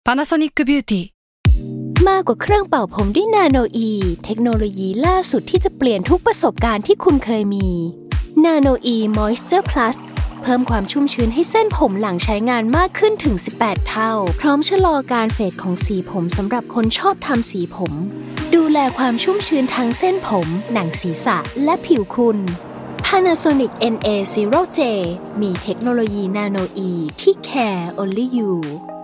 Panasonic Beauty มากกว่าเครื่องเป่าผมด้วยนาโนอีเทคโนโลยีล่าสุดที่จะเปลี่ยนทุกประสบการณ์ที่คุณเคยมีนาโนอีมอยส์เจอร์พลัสเพิ่มความชุ่มชื้นให้เส้นผมหลังใช้งานมากขึ้นถึง18เท่าพร้อมชะลอการเฟดของสีผมสำหรับคนชอบทำสีผมดูแลความชุ่มชื้นทั้งเส้นผมหนังศีรษะและผิวคุณ Panasonic NA0J มีเทคโนโลยีนาโนอีที่ care only you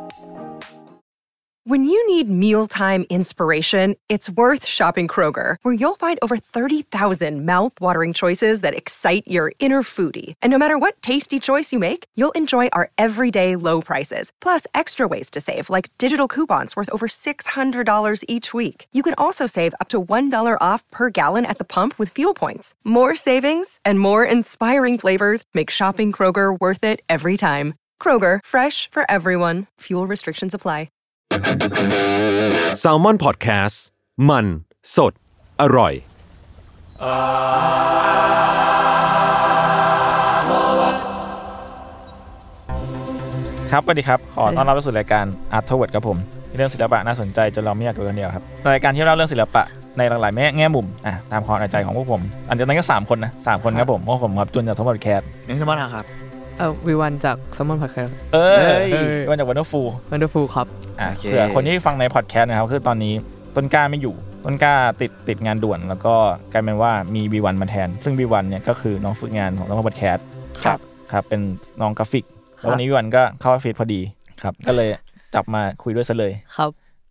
When you need mealtime inspiration, it's worth shopping Kroger, where you'll find over 30,000 mouth-watering choices that excite your inner foodie. And no matter what tasty choice you make, you'll enjoy our everyday low prices, plus extra ways to save, like digital coupons worth over $600 each week. You can also save up to $1 off per gallon at the pump with fuel points. More savings and more inspiring flavors make shopping Kroger worth it every time. Kroger, fresh for everyone. Fuel restrictions apply. Salmon Podcast มันสดอร่อยครับสวัสดีครับขอต้อนรับเข้าสู่รายการ Art Toward ครับผมเรื่องศิลปะน่าสนใจจนเราไม่อยากอยู่คนเดียวครับรายการที่เล่าเรื่องศิลปะในหลากหลายแง่มุมตามความในใจของพวกผมอันนี้ก็3คนนะ3คนครับผมพวกผมครับจุนจากสมบัติแคสในสมบัติครับวิวันจากซัมมอนพอดแคสต์วิวันจาก Wonderful ครับเผื่อคนที่ฟังในพอดแคสต์นะครับคือตอนนี้ต้นกล้าไม่อยู่ต้นกล้าติดงานด่วนแล้วก็กลายเป็นว่ามีวีวันมาแทนซึ่งวีวันเนี่ยก็คือน้องฝึกงานของซัมมอนพอดแคสต์ครับเป็นน้องกราฟิกแล้ววันนี้วีวันก็เข้าออฟฟิศพอดีครับก็เลยจับมาคุยด้วยซะเลยครับ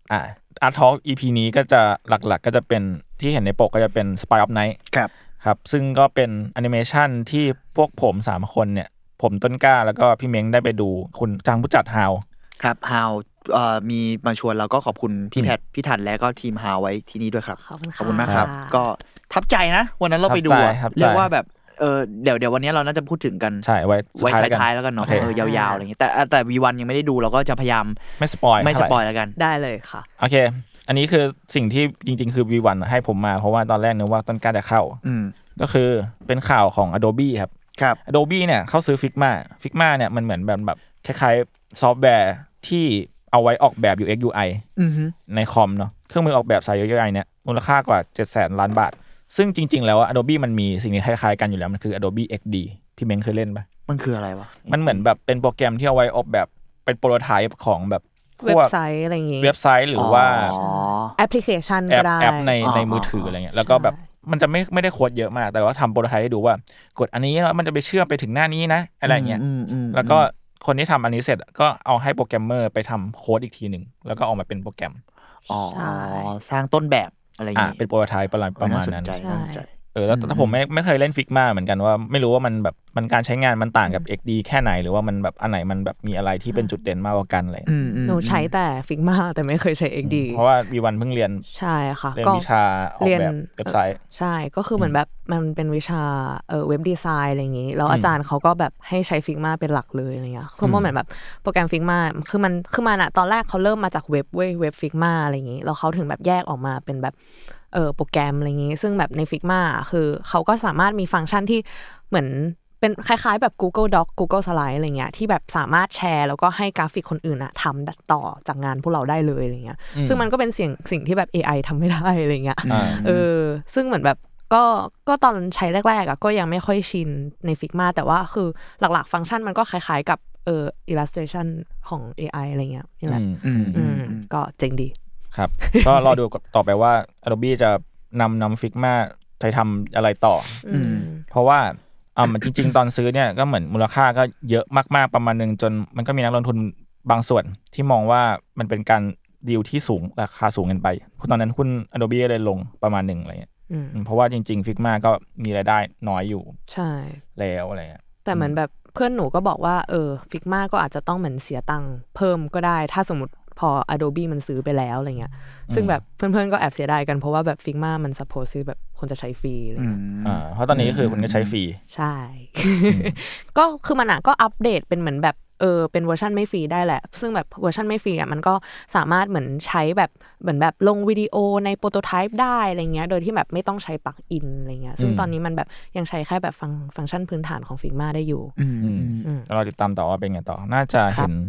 Art Talk EP นี้ก็จะหลักๆก็จะเป็นที่เห็นในปกก็จะเป็น Spy of Night ครับซึ่งก็เป็นแอนิเมชันที่พวกผม3คนเนี่ยผมต้นกล้าแล้วก็พี่เม้งได้ไปดูคุณจังผู้จัดฮาวครับฮาวมีมาชวนแล้วก็ขอบคุณพี่แพทพี่ทันและก็ทีมฮาวไว้ที่นี่ด้วยครับขอบคุณมากครับก็ทับใจนะวันนั้นเราไปดูเรียกว่าแบบเดี๋ยววันนี้เราน่าจะพูดถึงกันใช่ไว้ท้ายๆแล้วกันเนาะยาวๆอะไรอย่างเงี้ยแต่ V1 ยังไม่ได้ดูเราก็จะพยายามไม่สปอยแล้วกันได้เลยค่ะโอเคอันนี้คือสิ่งที่จริงๆคือ V1 ให้ผมมาเพราะว่าตอนแรกนึกว่าต้นกล้าจะเข้าก็คือเป็นข่าวของ Adobe ครับAdobe เนี่ยเขาซื้อ Figma เนี่ยมันเหมือนแบบคล้ายๆซอฟต์แวร์ที่เอาไว้ออกแบบ UX UI ในคอมเนาะเครื่องมือออกแบบสาย UX UI เนี่ยมูลค่ากว่า 700,000 ล้านบาทซึ่งจริงๆแล้ว Adobe มันมีสิ่งที่คล้ายๆกันอยู่แล้วมันคือ Adobe XD พี่เม้งเคยเล่นป่ะมันคืออะไรวะมันเหมือนแบบเป็นโปรแกรมที่เอาไว้ออกแบบเป็นโปรโตไทป์ของแบบเว็บไซต์อะไรอย่างงี้เว็บไซต์หรือว่าแอปพลิเคชันก็ได้แอปในมือถืออะไรเงี้ยแล้วก็แบบมันจะไม่ได้โค้ดเยอะมากแต่ว่าทำโปรโตไทป์ให้ดูว่ากดอันนี้แล้วมันจะไปเชื่อมไปถึงหน้านี้นะอะไรเงี้ยแล้วก็คนที่ทำอันนี้เสร็จก็เอาให้โปรแกรมเมอร์ไปทำโค้ดอีกทีนึงแล้วก็ออกมาเป็นโปรแกรมสร้างต้นแบบอะไรอย่างเงี้ยเป็นโปรโตไทป์ประมาณนั้นแล้วถ้าผมไม่เคยเล่น Figma เหมือนกันว่าไม่รู้ว่ามันแบบมันการใช้งานมันต่างกับ XD แค่ไหนหรือว่ามันแบบอันไหนมันแบบมีอะไรที่เป็นจุดเด่นมากกว่ากันอะไรหนูใช้แต่ Figma แต่ไม่เคยใช้ XD เพราะว่า V1 เพิ่งเรียนใช่ค่ะเรียนวิชาออกแบบเว็บไซต์ใช่ก็คือเหมือนแบบมันเป็นวิชาเว็บดีไซน์อะไรอย่างงี้แล้วอาจารย์เขาก็แบบให้ใช้ Figma เป็นหลักเลยอะไรเงี้ยคือเหมือนแบบโปรแกรม Figma คือมันอะตอนแรกเขาเริ่มมาจากเว็บ Figma อะไรอย่างงี้แล้วเขาถึงแบบแยกออกมาเป็นแบบโปรแกรมอะไรอย่างงี้ซึ่งแบบใน Figma คือเขาก็สามารถมีฟังก์ชันที่เหมือนเป็นคล้ายๆแบบ Google Doc Google Slide อะไรเงี้ยที่แบบสามารถแชร์แล้วก็ให้กราฟิกคนอื่นอะทำต่อจากงานพวกเราได้เลยอะไรเงี้ยซึ่งมันก็เป็นสิ่งที่แบบ AI ทำไม่ได้อะไรเงี้ยซึ่งเหมือนแบบก็ตอนใช้แรกๆอะก็ยังไม่ค่อยชินใน Figma แต่ว่าคือหลักๆฟังก์ชันมันก็คล้ายๆกับillustration ของ AI อะไรเงี้ยนี่แหละก็เจ๋งดีครับ ก็รอดูต่อไปว่า Adobe จะนำ Figma ไปทำอะไรต่อเพราะว่ามันจริงๆตอนซื้อเนี่ยก็เหมือนมูลค่าก็เยอะมากๆประมาณนึงจนมันก็มีนักลงทุนบางส่วนที่มองว่ามันเป็นการดีลที่สูงราคาสูงเกินไปตอนนั้นหุ้น Adobe เลยลงประมาณนึงอะไรเงี้ยเพราะว่าจริงๆ Figma ก็มีรายได้น้อยอยู่ใช่แล้วอะไรเงี้ยแต่เหมือนแบบเพื่อนหนูก็บอกว่าFigma ก็อาจจะต้องเหมือนเสียตังค์เพิ่มก็ได้ถ้าสมมติพอ Adobe มันซื้อไปแล้วอะไรเงี้ยซึ่งแบบเพื่อนๆก็แอบเสียดายกันเพราะว่าแบบ Figma มัน suppose แบบคนจะใช้ฟรีอะไรเงี้ยเพราะตอนนี้คือคุณก็ใช้ฟรีใช่ ก็คือมันก็อัปเดตเป็นเหมือนแบบเป็นเวอร์ชันไม่ฟรีได้แหละซึ่งแบบเวอร์ชันไม่ฟรีอ่ะมันก็สามารถเหมือนใช้แบบเหมือนแบบลงวิดีโอในโปรโตไทป์ได้อะไรเงี้ยโดยที่แบบไม่ต้องใช้ปลั๊กอินอะไรเงี้ยซึ่งตอนนี้มันแบบยังใช้แค่แบบฟังก์ชันพื้นฐานของ Figma ได้อยู่เราติดตามต่อว่าเป็นไงต่อน่าจะเห็น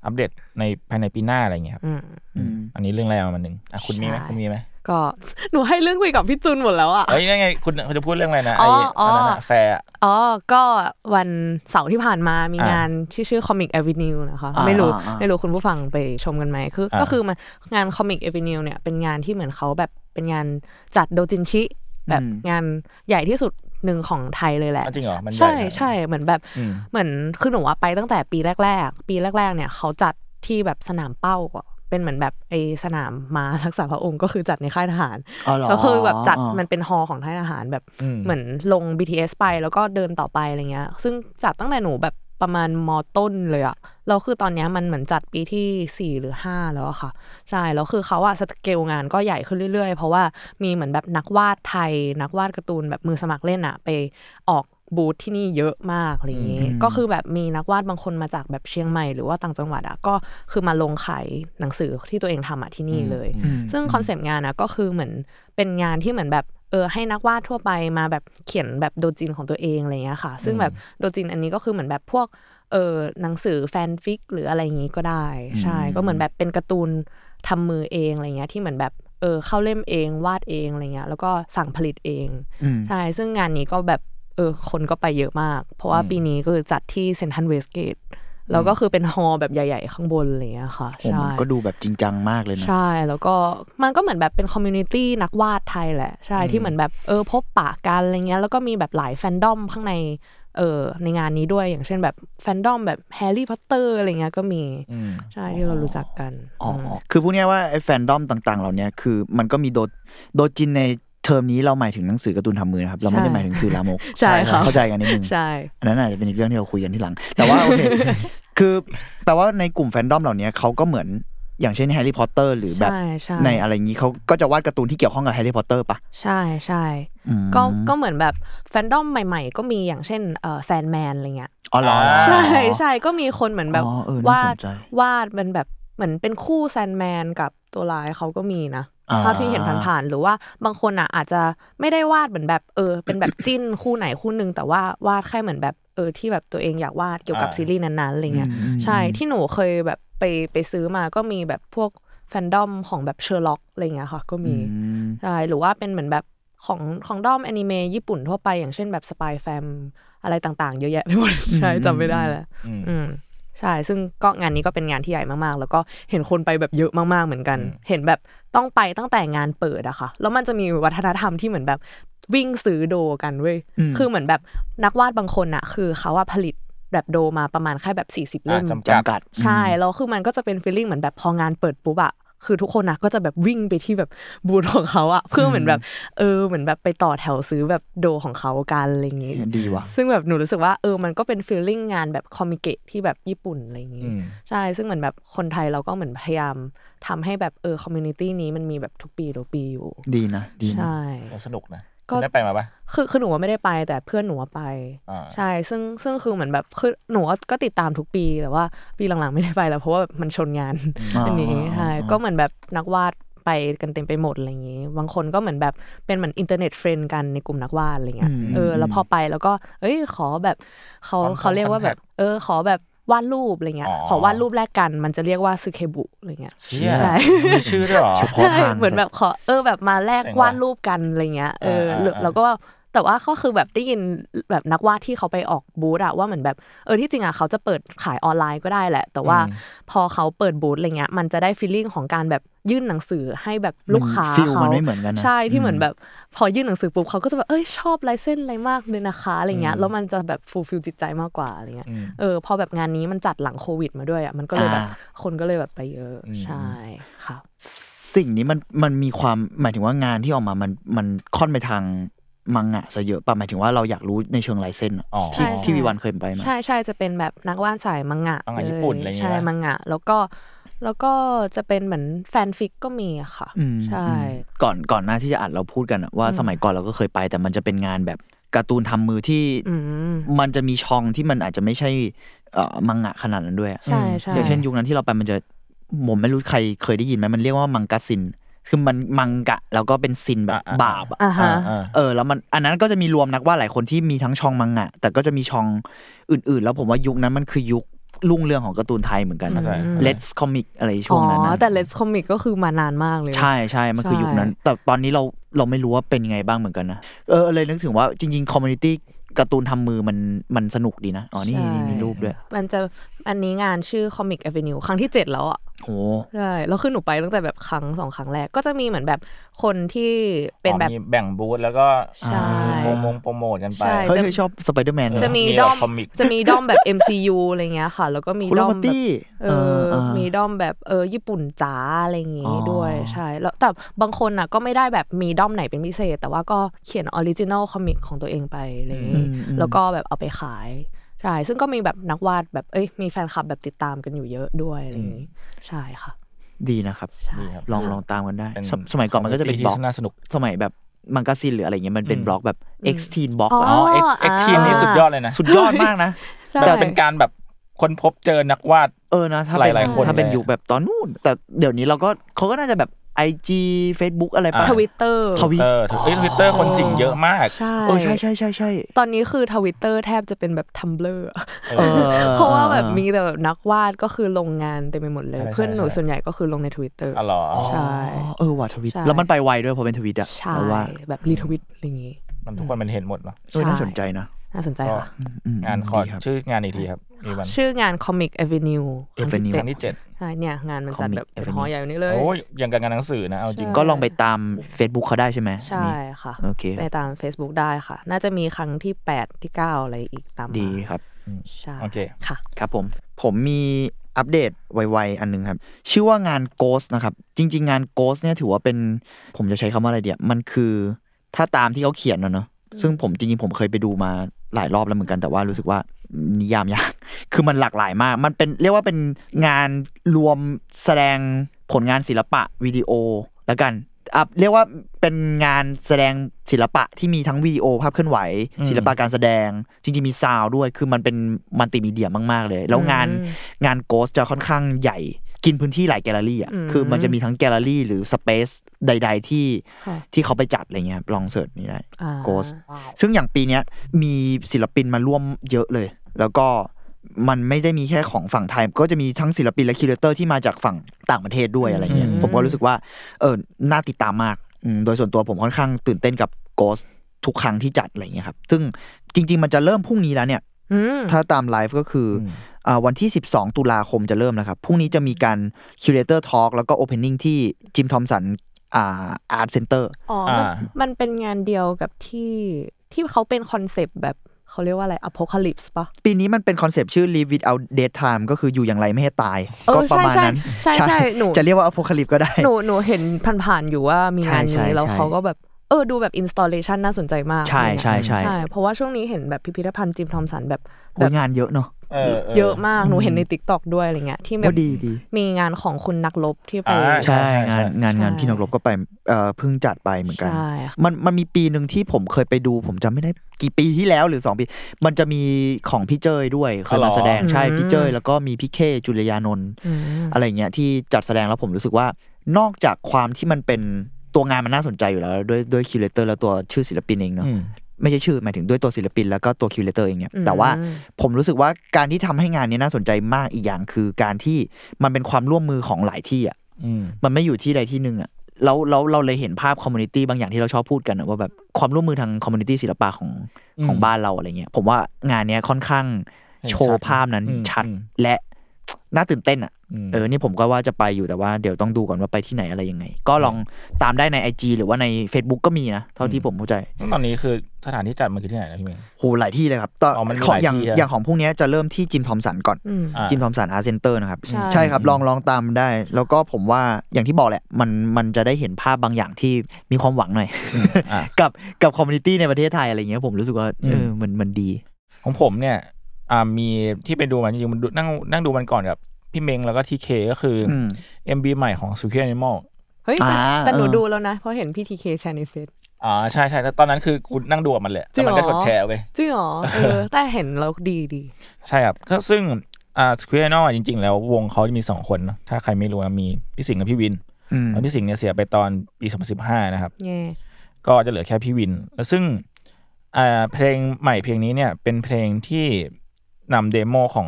อัปเดตในภายในปีหน้าอะไรอย่างเงี้ยครับอันนี้เรื่องแรกมาหนึ่งคุณมีไหมก็หนูให้เรื่องคุยกับพี่จุนหมดแล้วอ่ะยังไงคุณจะพูดเรื่องอะไรนะไอ้นั่นน่ะแฟร์ก็วันเสาร์ที่ผ่านมามีงานที่ชื่อ Comic Avenue นะคะไม่รู้คุณผู้ฟังไปชมกันไหมก็คือมันงาน Comic Avenue เนี่ยเป็นงานที่เหมือนเขาแบบเป็นงานจัดโดจินชิแบบงานใหญ่ที่สุดหนึ่งของไทยเลยแหละจริงเหรอมันใช่เหมือนแบบเหมือนคือหนูไปตั้งแต่ปีแรกเนี่ยเขาจัดที่แบบสนามเป้าเป็นเหมือนแบบไอสนามม้ารักษาพระองค์ก็คือจัดในค่ายทหารก็คือแบบจัดมันเป็นฮอลล์ของค่ายทหารแบบเหมือนลง BTS ไปแล้วก็เดินต่อไปอะไรเงี้ยซึ่งจัดตั้งแต่หนูแบบประมาณม.ต้นเลยอะแล้วคือตอนนี้มันเหมือนจัดปีที่4หรือ5แล้วอะค่ะใช่แล้วคือเขาอะสเกลงานก็ใหญ่ขึ้นเรื่อยๆเพราะว่ามีเหมือนแบบนักวาดไทยนักวาดการ์ตูนแบบมือสมัครเล่นอะไปออกบูธที่นี่เยอะมากอะไรอย่างงี้ก็คือแบบมีนักวาดบางคนมาจากแบบเชียงใหม่หรือว่าต่างจังหวัดอะก็คือมาลงขายหนังสือที่ตัวเองทำอะที่นี่เลยซึ่งคอนเซปต์งานอะก็คือเหมือนเป็นงานที่เหมือนแบบให้นักวาดทั่วไปมาแบบเขียนแบบโดจินของตัวเองอะไรเงี้ยค่ะซึ่งแบบโดจินอันนี้ก็คือเหมือนแบบพวกหนังสือแฟนฟิกหรืออะไรอย่างงี้ก็ได้ใช่ก็เหมือนแบบเป็นการ์ตูนทำมือเองอะไรเงี้ยที่เหมือนแบบเข้าเล่มเองวาดเองอะไรเงี้ยแล้วก็สั่งผลิตเองใช่ซึ่งงานนี้ก็แบบคนก็ไปเยอะมากเพราะว่าปีนี้ก็คือจัดที่เซ็นทรัลเวสเกตแล้วก็คือเป็นฮอลล์แบบใหญ่ๆข้างบนอะไรเงี้ยค่ะใช่มันก็ดูแบบจริงจังมากเลยนะใช่แล้วก็มันก็เหมือนแบบเป็นคอมมูนิตี้นักวาดไทยแหละใช่ที่เหมือนแบบพบปะกันอะไรเงี้ยแล้วก็มีแบบหลายแฟนดอมข้างในในงานนี้ด้วยอย่างเช่นแบบแฟนดอมแบบแฮร์รี่พอตเตอร์อะไรเงี้ยก็มีใช่ที่เรารู้จักกันคือพูดง่ายว่าไอ้แฟนดอมต่างๆเหล่านี้คือมันก็มีโดจินในเทอมนี้เราหมายถึงหนังสือการ์ตูนทำมือนะครับเราไม่ได้หมายถึงสื่อลามกใช่ครับเข้าใจกันนิดนึงใช่อันนั้นอาจจะเป็นอีกเรื่องที่เราคุยกันที่หลังแต่ว่าโอเคคือแปลว่าในกลุ่มแฟนดอมเหล่านี้เขาก็เหมือนอย่างเช่นแฮร์รี่พอตเตอร์หรือแบบในอะไรอย่างนี้เขาก็จะวาดการ์ตูนที่เกี่ยวข้องกับแฮร์รี่พอตเตอร์ปะใช่ก็เหมือนแบบแฟนดอมใหม่ๆก็มีอย่างเช่นแซนแมนอะไรเงี้ยอ๋อเหรอใช่ก็มีคนเหมือนแบบวาดเป็นแบบเหมือนเป็นคู่แซนแมนกับตัวร้ายเขาก็มีนะภาพที่เห็นผ่านๆหรือว่าบางคนอ่ะอาจจะไม่ได้วาดเหมือนแบบเป็นแบบจิ้นคู่ไหนคู่นึงแต่ว่าวาดแค่เหมือนแบบที่แบบตัวเองอยากวาดเกี่ยวกับซีรีส์นั้นๆอะไรเงี้ยใช่ที่หนูเคยแบบไปซื้อมาก็มีแบบพวกแฟนดอมของแบบเชอร์ล็อกอะไรเงี้ยค่ะก็มีใช่หรือว่าเป็นเหมือนแบบของด้อมแอนิเมะญี่ปุ่นทั่วไปอย่างเช่นแบบสปายแฟมอะไรต่างๆเยอะแยะไปหมดใช่จำไม่ได้แล้วใช่ซึ่งก็งานนี้ก็เป็นงานที่ใหญ่มากๆแล้วก็เห็นคนไปแบบเยอะมากๆเหมือนกันเห็นแบบต้องไปตั้งแต่งานเปิดอะค่ะแล้วมันจะมีวัฒนธรรมที่เหมือนแบบวิ่งซื้อโดกันเว้ยคือเหมือนแบบนักวาดบางคนอะคือเขาว่าผลิตแบบโดมาประมาณแค่แบบ40เล่มจำกัดใช่แล้วคือมันก็จะเป็นฟีลลิ่งเหมือนแบบพองานเปิดปุ๊บอะคือทุกคนนะก็จะแบบวิ่งไปที่แบบบูธของเขาอะเพื่อเหมือนแบบเหมือนแบบไปต่อแถวซื้อแบบโดของเขากันอะไรอย่างงี้ดีว่ะซึ่งแบบหนูรู้สึกว่ามันก็เป็นฟีลลิ่งงานแบบคอมิเกะที่แบบญี่ปุ่นอะไรอย่างงี้ใช่ซึ่งเหมือนแบบคนไทยเราก็เหมือนพยายามทำให้แบบคอมมูนิตี้นี้มันมีแบบทุกปีอยู่ดีนะใช่สนุกนะก็ได้ไปมาปะคือหนูว่าไม่ได้ไปแต่เพื่อนหนูว่าไปใช่ซึ่งคือเหมือนแบบคือหนูก็ติดตามทุกปีแต่ว่าปีหลังๆไม่ได้ไปแล้วเพราะว่ามันชนงานอันนี้ใช่ก็เหมือนแบบนักวาดไปกันเต็มไปหมดอะไรอย่างงี้บางคนก็เหมือนแบบเป็นเหมือนอินเทอร์เน็ตเฟรนด์กันในกลุ่มนักวาดอะไรเงี้ยแล้วพอไปแล้วก็ขอแบบเขาเรียกว่าแบบขอแบบวาดรูปอะไรเงี้ยขอวาดรูปแรกกันมันจะเรียกว่าซึเคบุอะไรเงี้ยใช่มีชื่อด้วยเหรอเฉพาะทางเหมือนแบบขอแบบมาแลกวาดรูปกันอะไรเงี้ยแล้วก็แต่ว่าก็คือแบบได้ยินแบบนักวาดที่เขาไปออกบูธอะว่าเหมือนแบบที่จริงอะเขาจะเปิดขายออนไลน์ก็ได้แหละแต่ว่าพอเขาเปิดบูธอะไรเงี้ยมันจะได้ฟีลลิ่งของการแบบยื่นหนังสือให้แบบลูกค้าเขาไม่เหมือนกันนะใช่ที่เหมือนแบบพอยื่นหนังสือปุ๊บเขาก็จะแบบชอบลายเส้นอะไรมากเลยนะคะอะไรเงี้ยแล้วมันจะแบบฟูลฟิลจิตใจมากกว่าอะไรเงี้ยพอแบบงานนี้มันจัดหลังโควิดมาด้วยอะมันก็เลยแบบคนก็เลยแบบไปเยอะใช่ค่ะสิ่งนี้มันมีความหมายถึงว่างานที่ออกมามันค่อนไปทางมังงะซะเยอะป่ะหมายถึงว่าเราอยากรู้ในเชิงลายเส้นที่วิวันเคยไปมาใช่จะเป็นแบบนักวาดสายมังงะญี่ปุ่นอะไรอย่างเงี้ยใช่มังงะแล้วก็จะเป็นเหมือนแฟนฟิกก็มีค่ะใช่ก่อนหน้าที่จะอัดเราพูดกันว่าสมัยก่อนเราก็เคยไปแต่มันจะเป็นงานแบบการ์ตูนทำมือที่มันจะมีช่องที่มันอาจจะไม่ใช่มังงะขนาดนั้นด้วยใช่อย่างเช่นยุคนั้นที่เราไปมันจะผมไม่รู้ใครเคยได้ยินไหมมันเรียกว่ามังกะซินคือมันมังกะแล้วก็เป็นซินแบบบาปแล้วมันอันนั้นก็จะมีรวมนักวาดหลายคนที่มีทั้งช่องมังงะแต่ก็จะมีช่องอื่นๆแล้วผมว่ายุคนั้นมันคือยุครุ่งเรืองของการ์ตูนไทยเหมือนกัน Let's Comic อะไรช่วงนั้นนะแต่ Let's Comic ก็คือมานานมากเลยใช่ๆมันคือยุคนั้นแต่ตอนนี้เราไม่รู้ว่าเป็นยังไงบ้างเหมือนกันนะเลยนึกถึงว่าจริงๆคอมมูนิตี้การ์ตูนทำมือมันสนุกดีนะนี่มีรูปด้วยมันจะอันนี้งานชื่อ Comic Avenue ครั้งที่7แล้วอ่ะโอ้ใช่แล้วคือหนูไปตั้งแต่แบบครั้ง2ครั้งแรกก็จะมีเหมือนแบบคนที่เป็นแบบมีแบ่งบูธแล้วก็โปรโมทกันไปเฮ้ยชอบสไปเดอร์แมนจะมีด้อมแบบ MCU อะไรเงี้ยค่ะแล้วก็มีด้อมแบบมีด้อมแบบญี่ปุ่นจ๋าอะไรอย่างงี้ด้วยใช่แล้วแต่บางคนน่ะก็ไม่ได้แบบมีด้อมไหนเป็นพิเศษแต่ว่าก็เขียนออริจินัลคอมิกของตัวเองไปอะไรอย่างงี้แล้วก็แบบเอาไปขายใช่ซึ่งก็มีแบบนักวาดแบบมีแฟนคลับแบบติดตามกันอยู่เยอะด้วยอะไรอย่างงี้ใช่ค่ะดีนะครับลองตามกันได้สมัยก่อนมันก็จะเป็นบล็อกสนุกสมัยแบบมังกาซินหรืออะไรเงี้ยมันเป็นบล็อกแบบ X-Teen บล็อก X-Teen นี่สุดยอดเลยนะสุดยอดมากนะแต่เป็นการแบบคนพบเจอนักวาดนะถ้าเป็นยุคแบบตอนนู้นแต่เดี๋ยวนี้เขาก็น่าจะแบบIG Facebook อะไรป่ะ Twitter Twitter คนสิ่งเยอะมากใช่ตอนนี้คือ Twitter แทบจะเป็นแบบ Tumblr เพราะว่าแบบมีแต่แบบนักวาดก็คือลงงานเต็มไปหมดเลยเพื่อนหนูส่วนใหญ่ก็คือลงใน Twitter อ๋อเหรอใช่ว่ะทวิตแล้วมันไปไวด้วยพอเป็นทวิตอ่ะใช่แบบรีทวิตอะไรอย่างงี้มันทุกคนมันเห็นหมดเนาะน่าสนใจนะน่าสนใจค่ะงานชื่องานอีกทีครับชื่องาน Comic Avenue ครั้งที่7 ใช่เนี่ยงานมันจัดแบบเป็นหอใหญ่นี้เลยโอ้ยอย่างกับงานหนังสือนะเอาจริงก็ลองไปตาม Facebook เขาได้ใช่ไหมใช่ค่ะโอเคไปตาม Facebook ได้ค่ะน่าจะมีครั้งที่8ที่9อะไรอีกตามดีครับใช่โอเคค่ะครับผมมีอัปเดตไวๆอันนึงครับชื่อว่างาน Ghost นะครับจริงๆงาน Ghost เนี่ยถือว่าเป็นผมจะใช้คำว่าอะไรเดียวมันคือถ้าตามที่เขาเขียนเนอะซึ่งผมจริงๆผมเคยไปดูมาหลายรอบแล้วเหมือนกันแต่ว่ารู้สึกว่านิยามยากคือมันหลากหลายมากมันเป็นเรียกว่าเป็นงานรวมแสดงผลงานศิลปะวิดีโอแล้วกันเรียกว่าเป็นงานแสดงศิลปะที่มีทั้งวิดีโอภาพเคลื่อนไหวศิลปะการแสดงจริงๆมีซาวด์ด้วยคือมันเป็นมัลติมีเดียมากๆเลยแล้วงานโกสจะค่อนข้างใหญ่กินพื้นที่หลายแกลเลอรี่อ่ะคือมันจะมีทั้งแกลเลอรี่หรือสเปซใดๆที่เขาไปจัดอะไรเงี้ยลองเสิร์ชนี่ได้โกสซึ่งอย่างปีนี้มีศิลปินมาร่วมเยอะเลยแล้วก็มันไม่ได้มีแค่ของฝั่งไทยก็จะมีทั้งศิลปินและคิวเรเตอร์ที่มาจากฝั่งต่างประเทศด้วยอะไรเงี้ยผมก็รู้สึกว่าน่าติดตามมากโดยส่วนตัวผมค่อนข้างตื่นเต้นกับโกสทุกครั้งที่จัดอะไรเงี้ยครับซึ่งจริงๆมันจะเริ่มพรุ่งนี้แล้วเนี่ยถ้าตามไลฟ์ก็คือวันที่12ตุลาคมจะเริ่มแล้วครับพรุ่งนี้จะมีการคิวเรเตอร์ทอล์กแล้วก็โอเพนนิ่งที่จิมทอมสันอาร์ตเซ็นเตอร์มันเป็นงานเดียวกับที่เขาเป็นคอนเซปต์แบบเขาเรียกว่าอะไร Apocalypse ป่ะปีนี้มันเป็นคอนเซปต์ชื่อ Live Without Dead Time ก็คืออยู่อย่างไรไม่ให้ตายก็ประมาณนั้นใช่หนูจะเรียกว่า Apocalypse ก็ได้หนูเห็นผ่านๆอยู่ว่ามีงานนี้แล้วเขาก็แบบดูแบบ installation น่าสนใจมากใช่เพราะว่าช่วงนี้เห็นแบบพิพิธภัณฑ์จิมทอมสันแบบงานเยอะเนาะเยอะมากหนูเห็นใน TikTok ด้วยอะไรเงี้ยที่แบบมีงานของคุณนักรบที่ไปใช่งานพี่นักรบก็ไปเพิ่งจัดไปเหมือนกันมันมีปีนึงที่ผมเคยไปดูผมจำไม่ได้กี่ปีที่แล้วหรือ2ปีมันจะมีของพี่เจยด้วยเคยมาแสดงใช่พี่เจยแล้วก็มีพี่เคจุลยานนท์อะไรเงี้ยที่จัดแสดงแล้วผมรู้สึกว่านอกจากความที่มันเป็นตัวงานมันน่าสนใจอยู่แล้วด้วยคิวเรเตอร์แล้วตัวชื่อศิลปินเองเนาะไม่ใช่ชื่อหมายถึงด้วยตัวศิลปินแล้วก็ตัวคิวเรเตอร์เองเนี่ยแต่ว่าผมรู้สึกว่าการที่ทำให้งานนี้น่าสนใจมากอีกอย่างคือการที่มันเป็นความร่วมมือของหลายที่อ่ะมันไม่อยู่ที่ใดที่หนึ่งอ่ะแล้วเราเลยเห็นภาพคอมมูนิตี้บางอย่างที่เราชอบพูดกันว่าแบบความร่วมมือทางคอมมูนิตี้ศิลปะของบ้านเราอะไรเงี้ยผมว่างานนี้ค่อนข้างโชว์ภาพนั้นชัดและน่าตื่นเต้นอ่ะนี่ผมก็ว่าจะไปอยู่แต่ว่าเดี๋ยวต้องดูก่อนว่าไปที่ไหนอะไรยังไงก็ลองตามได้ใน IG หรือว่าใน Facebook ก็มีนะเท่าที่ผมเข้าใจตอนนี้คือสถานที่จัดมันคือที่ไหนนะพี่เมย์โหหลายที่เลยครับตอนอย่างของพวกนี้จะเริ่มที่จิมทอมสันก่อนจิมทอมสันอาร์ตเซ็นเตอร์นะครับใช่ครับลองตามได้แล้วก็ผมว่าอย่างที่บอกแหละมันจะได้เห็นภาพบางอย่างที่มีความหวังหน่อยกับคอมมูนิตี้ในประเทศไทยอะไรเงี้ยผมรู้สึกว่ามันดีของผมเนี่ยมีที่ไปดูมาจริงๆมันนั่งดูมันก่อนกับพี่เมงแล้วก็ทีเคก็คือ MV ใหม่ของ Suki Animal เฮ้ยแต่หนูดูแล้วนะเพราะเห็นพี่ทีเคแชร์ในเฟซใช่ๆแล้วตอนนั้นคือกูนั่งดูกับมันเลยแล้วมันก็กดแชร์ไปจริงเหรอแต่เห็นแล้วดีใช่ครับก็ซึ่งSuki Animal จริงๆแล้ววงเขาจะมี2คนนะถ้าใครไม่รู้มีพี่สิงห์กับพี่วินแล้วพี่สิงห์เนี่ยเสียไปตอนปี2015นะครับก็จะเหลือแค่พี่วินแล้วซึ่งเพลงใหม่เพลงนี้เนี่ยเป็นเพลงที่นำเดโมของ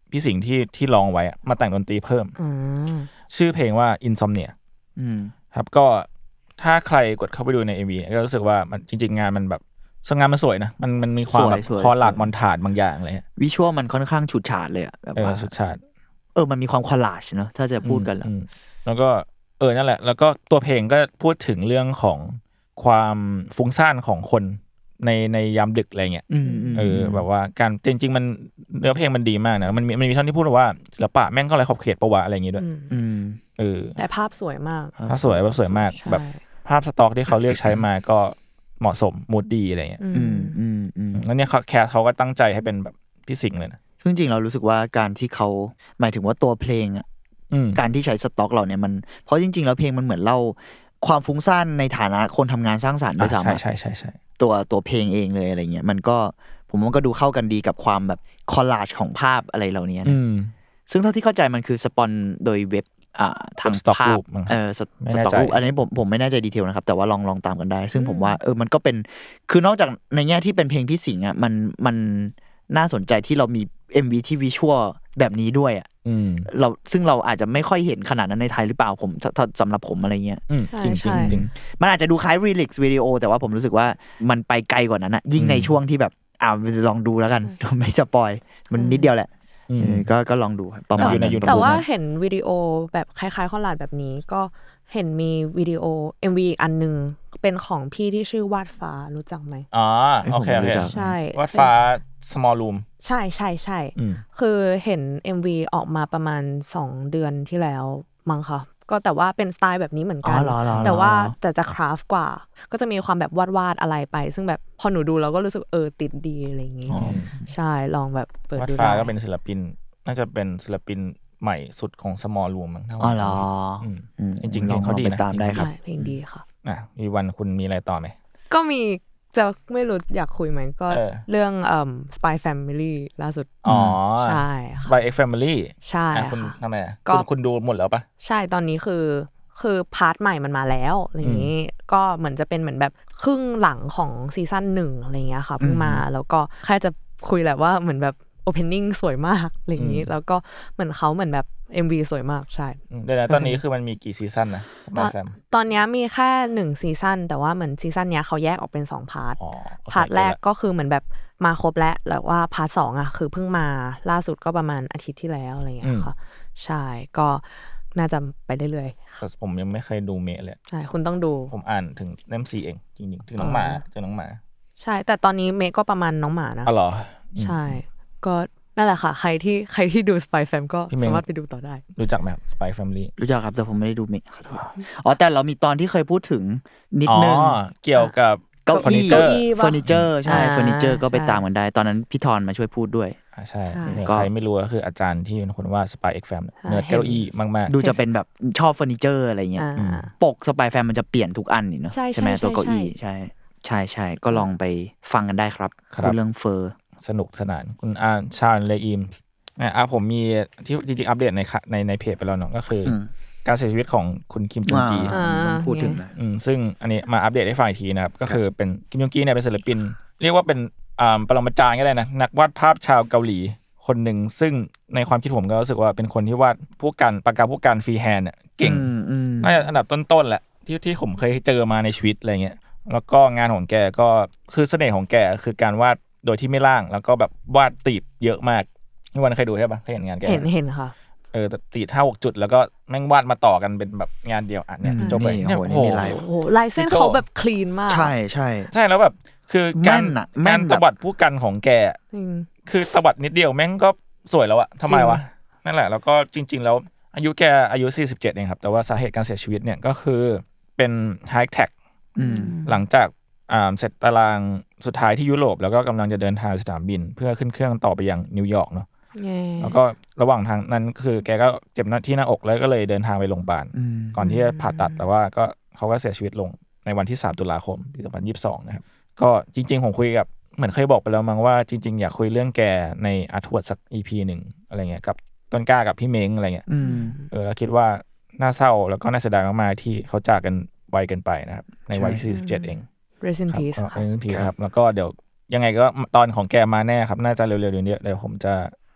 พี่สิงห์ที่ร้องไว้มาแต่งดนตรีเพิ่มชื่อเพลงว่า Insomnia ครับก็ถ้าใครกดเข้าไปดูใน MV ก็รู้สึกว่ามันจริงๆงานมันแบบงานมันสวยนะมันมีความแบบคอลาจมอนทาจบางอย่างอะไรวิชวลมันค่อนข้างฉูดฉาดเลยอ่ะแบบว่าฉูดฉาดมันมีความคอลาจเนาะถ้าจะพูดกันแล้วก็นั่นแหละแล้วก็ตัวเพลงก็พูดถึงเรื่องของความฟุ้งซ่านของคนในยามดึกอะไรเงี้ยแบบว่าการจริงๆมันเนื้อเพลงมันดีมากนะมันมีท่อนที่พูดว่าศิลปะแม่งก็ไรขอบเขตประวัติอะไรอย่างงี้ด้วยแต่ภาพสวยมากภาพสวยมากแบบภาพสต็อกที่เขาเลือกใช้มาก็เหมาะสมมูดดีอะไรเงี้ยแล้วเนี่ยแคสเขาก็ตั้งใจให้เป็นแบบพี่สิงห์เลยนะซึ่งจริงเรารู้สึกว่าการที่เขาหมายถึงว่าตัวเพลงอ่ะการที่ใช้สต็อกเราเนี่ยมันเพราะจริงๆแล้วเพลงมันเหมือนเล่าความฟุ้งซ่านในฐานะคนทำงานสร้างสรรค์ด้วยซ้ำใช่ตัวเพลงเองเลยอะไรเงี้ยมันก็ผมว่าก็ดูเข้ากันดีกับความแบบคอลลาจของภาพอะไรเหล่านี้นะซึ่งเท่าที่เข้าใจมันคือสปอนโดยเว็บทางภาพสต็อกรูปอันนี้ผมไม่แน่ใจดีเทลนะครับแต่ว่าลองตามกันได้ซึ่งผมว่ามันก็เป็นคือนอกจากในแง่ที่เป็นเพลงพี่สิงห์อ่ะมันน่าสนใจที่เรามี MV ที่วิชวลแบบนี้ด้วยอ่ะซึ่งเราอาจจะไม่ค่อยเห็นขนาดนั้นในไทยหรือเปล่าผมสำหรับผมอะไรเงี้ยจริงมันอาจจะดูคล้ายรีลิกซ์วิดีโอแต่ว่าผมรู้สึกว่ามันไปไกลกว่านั้นนะยิ่งในช่วงที่แบบลองดูแล้วกันไม่สปอยมันนิดเดียวแหละก็ลองดูครับประมาณแต่ว่าเห็นวิดีโอแบบคล้ายๆคอลลาจแบบนี้ก็เห็นมีวิดีโอ MV อันนึงเป็นของพี่ที่ชื่อวาดฟ้ารู้จักไหมโอเคใช่วาดฟ้า small room ใช่คือเห็น MV ออกมาประมาณ2เดือนที่แล้วมั้งค่ะก็แต่ว่าเป็นสไตล์แบบนี้เหมือนกันแต่ว่าจะคราฟกว่าก็จะมีความแบบวาดอะไรไปซึ่งแบบพอหนูดูเราก็รู้สึกติดดีอะไรอย่างงี้ใช่ลองแบบเปิดดูวาดฟ้าก็เป็นศิลปินน่าจะเป็นศิลปินใหม่สุดของ small room มั้งจริงๆเพลงเขาดีนะตามได้ครับเพลงดีค่ะมีวันคุณมีอะไรต่อไหมก็มีจะไม่รู้อยากคุยไหมก็เรื่องSpy Family ล่าสุดใช่ Spy X Family ใช่คุณทำไมคุณดูหมดแล้วปะใช่ตอนนี้คือพาร์ทใหม่มันมาแล้วอะไรอย่างนี้ก็เหมือนจะเป็นเหมือนแบบครึ่งหลังของซีซั่น1อะไรเงี้ยค่ะเพิ่งมาแล้วก็แค่จะคุยแหละว่าเหมือนแบบopening สวยมากอะไรอย่างนี้แล้วก็เหมือนเขาเหมือนแบบ MV สวยมากใช่เดี๋ยวนะตอนนี้คือมันมีกี่ซีซั่นนะ Spy Fam ตอนนี้มีแค่1ซีซั่นแต่ว่าเหมือนซีซั่นเนี้ยเขาแยกออกเป็น2พาร์ทพาร์ทแรกก็คือเหมือนแบบมาครบแล้วว่าพาร์ท2อ่ะคือเพิ่งมาล่าสุดก็ประมาณอาทิตย์ที่แล้วอะไรอย่างเงี้ยค่ะใช่ก็น่าจะไปเรื่อยๆผมยังไม่เคยดูเมะเลยใช่คุณต้องดูผมอ่านถึงเล่ม4เองจริงๆถึงน้องหมาใช่แต่ตอนนี้เมะก็ประมาณน้องหมานะอ๋อเหรอใช่ก็นั่นแหละค่ะใครที่ดู Spy Fam ก็สามารถไปดูต่อได้รู้จักไหมครับ Spy Family รู้จักครับแต่ผมไม่ได้ดูเมะขอโทษแต่เรามีตอนที่เคยพูดถึงนิดนึงเกี่ยวกับเก้าอี้เฟอร์นิเจอร์ใช่เฟอร์นิเจอร์ก็ไปตามกันได้ตอนนั้นพี่ธรมาช่วยพูดด้วยใช่ใครไม่รู้ก็คืออาจารย์ที่เป็นคนว่า Spy X Fam เนื้อเก้าอี้มากๆดูจะเป็นแบบชอบเฟอร์นิเจอร์อะไรเงี้ยปก Spy Fam มันจะเปลี่ยนทุกอันนี่เนาะใช่ไหมตัวเก้าอี้ใช่ก็ลองไปฟังกันได้ครับเรื่องเฟอร์สนุกสนานคุณชาญเลอิมผมมีที่จริงๆอัปเดตในเพจไปแล้วเนาะก็คือการเสียชีวิตของคุณคิมจุงกีพูดถึงนะซึ่งอันนี้มาอัปเดตให้ฟังอีกทีนะครับก็คือเป็นคิมจุงกีเนี่ยเป็นศิลปินเรียกว่าเป็นปรมาจารย์ก็ได้นะนักวาดภาพชาวเกาหลีคนหนึ่งซึ่งในความคิดผมก็รู้สึกว่าเป็นคนที่วาดปากกาพวกการฟรีแฮนด์เก่งน่าจะอันดับต้นๆแหละที่ผมเคยเจอมาในชีวิตอะไรเงี้ยแล้วก็งานของแกก็คือเสน่ห์ของแกคือการวาดโดยที่ไม่ล่างแล้วก็แบบวาดตีบเยอะมากนี่วันเคยดูใช่ปะเคยเห็นงานแกเห็นค่ะตี5-6 จุดแล้วก็แม่งวาดมาต่อกันเป็นแบบงานเดียวเนี่ยจบเลยโอ้โหลายเส้นเขาแบบคลีนมากใช่แล้วแบบคือการตวัดผู้กันของแกคือตวัดนิดเดียวแม่งก็สวยแล้วอะทำไมวะนั่นแหละแล้วก็จริงๆแล้วอายุแกอายุ47เองครับแต่ว่าสาเหตุการเสียชีวิตเนี่ยก็คือเป็นไฮแท็กหลังจากเสร็จตารางสุดท้ายที่ยุโรปแล้วก็กำลังจะเดินทางสนามบินเพื่อขึ้นเครื่องต่อไปยังนิวยอร์กเนาะแล้วก็ระหว่างทางนั้นคือแกก็เจ็บที่หน้าอกแล้วก็เลยเดินทางไปโรงพยาบาลก่อนที่จะผ่าตัดแต่ว่าก็เขาก็เสียชีวิตลงในวันที่3 ตุลาคมปี 2022นะครับก็จริงๆผมคุยกับเหมือนเคยบอกไปแล้วมั้งว่าจริงๆอยากคุยเรื่องแกในอาร์ทเวิร์ดสัก EP นึงอะไรเงี้ยกับต้นกล้ากับพี่เม้งอะไรเงี้ยแล้วคิดว่าน่าเศร้าแล้วก็น่าเสียดายมากๆที่เขาจากกันไวเกินไปนะครับในวัย47เอง Rest in peace ครับแล้วก็เดี๋ยวยังไงก็ตอนของแกมาแน่ครับน่าจะเร็วๆเดี๋ยวผมจะ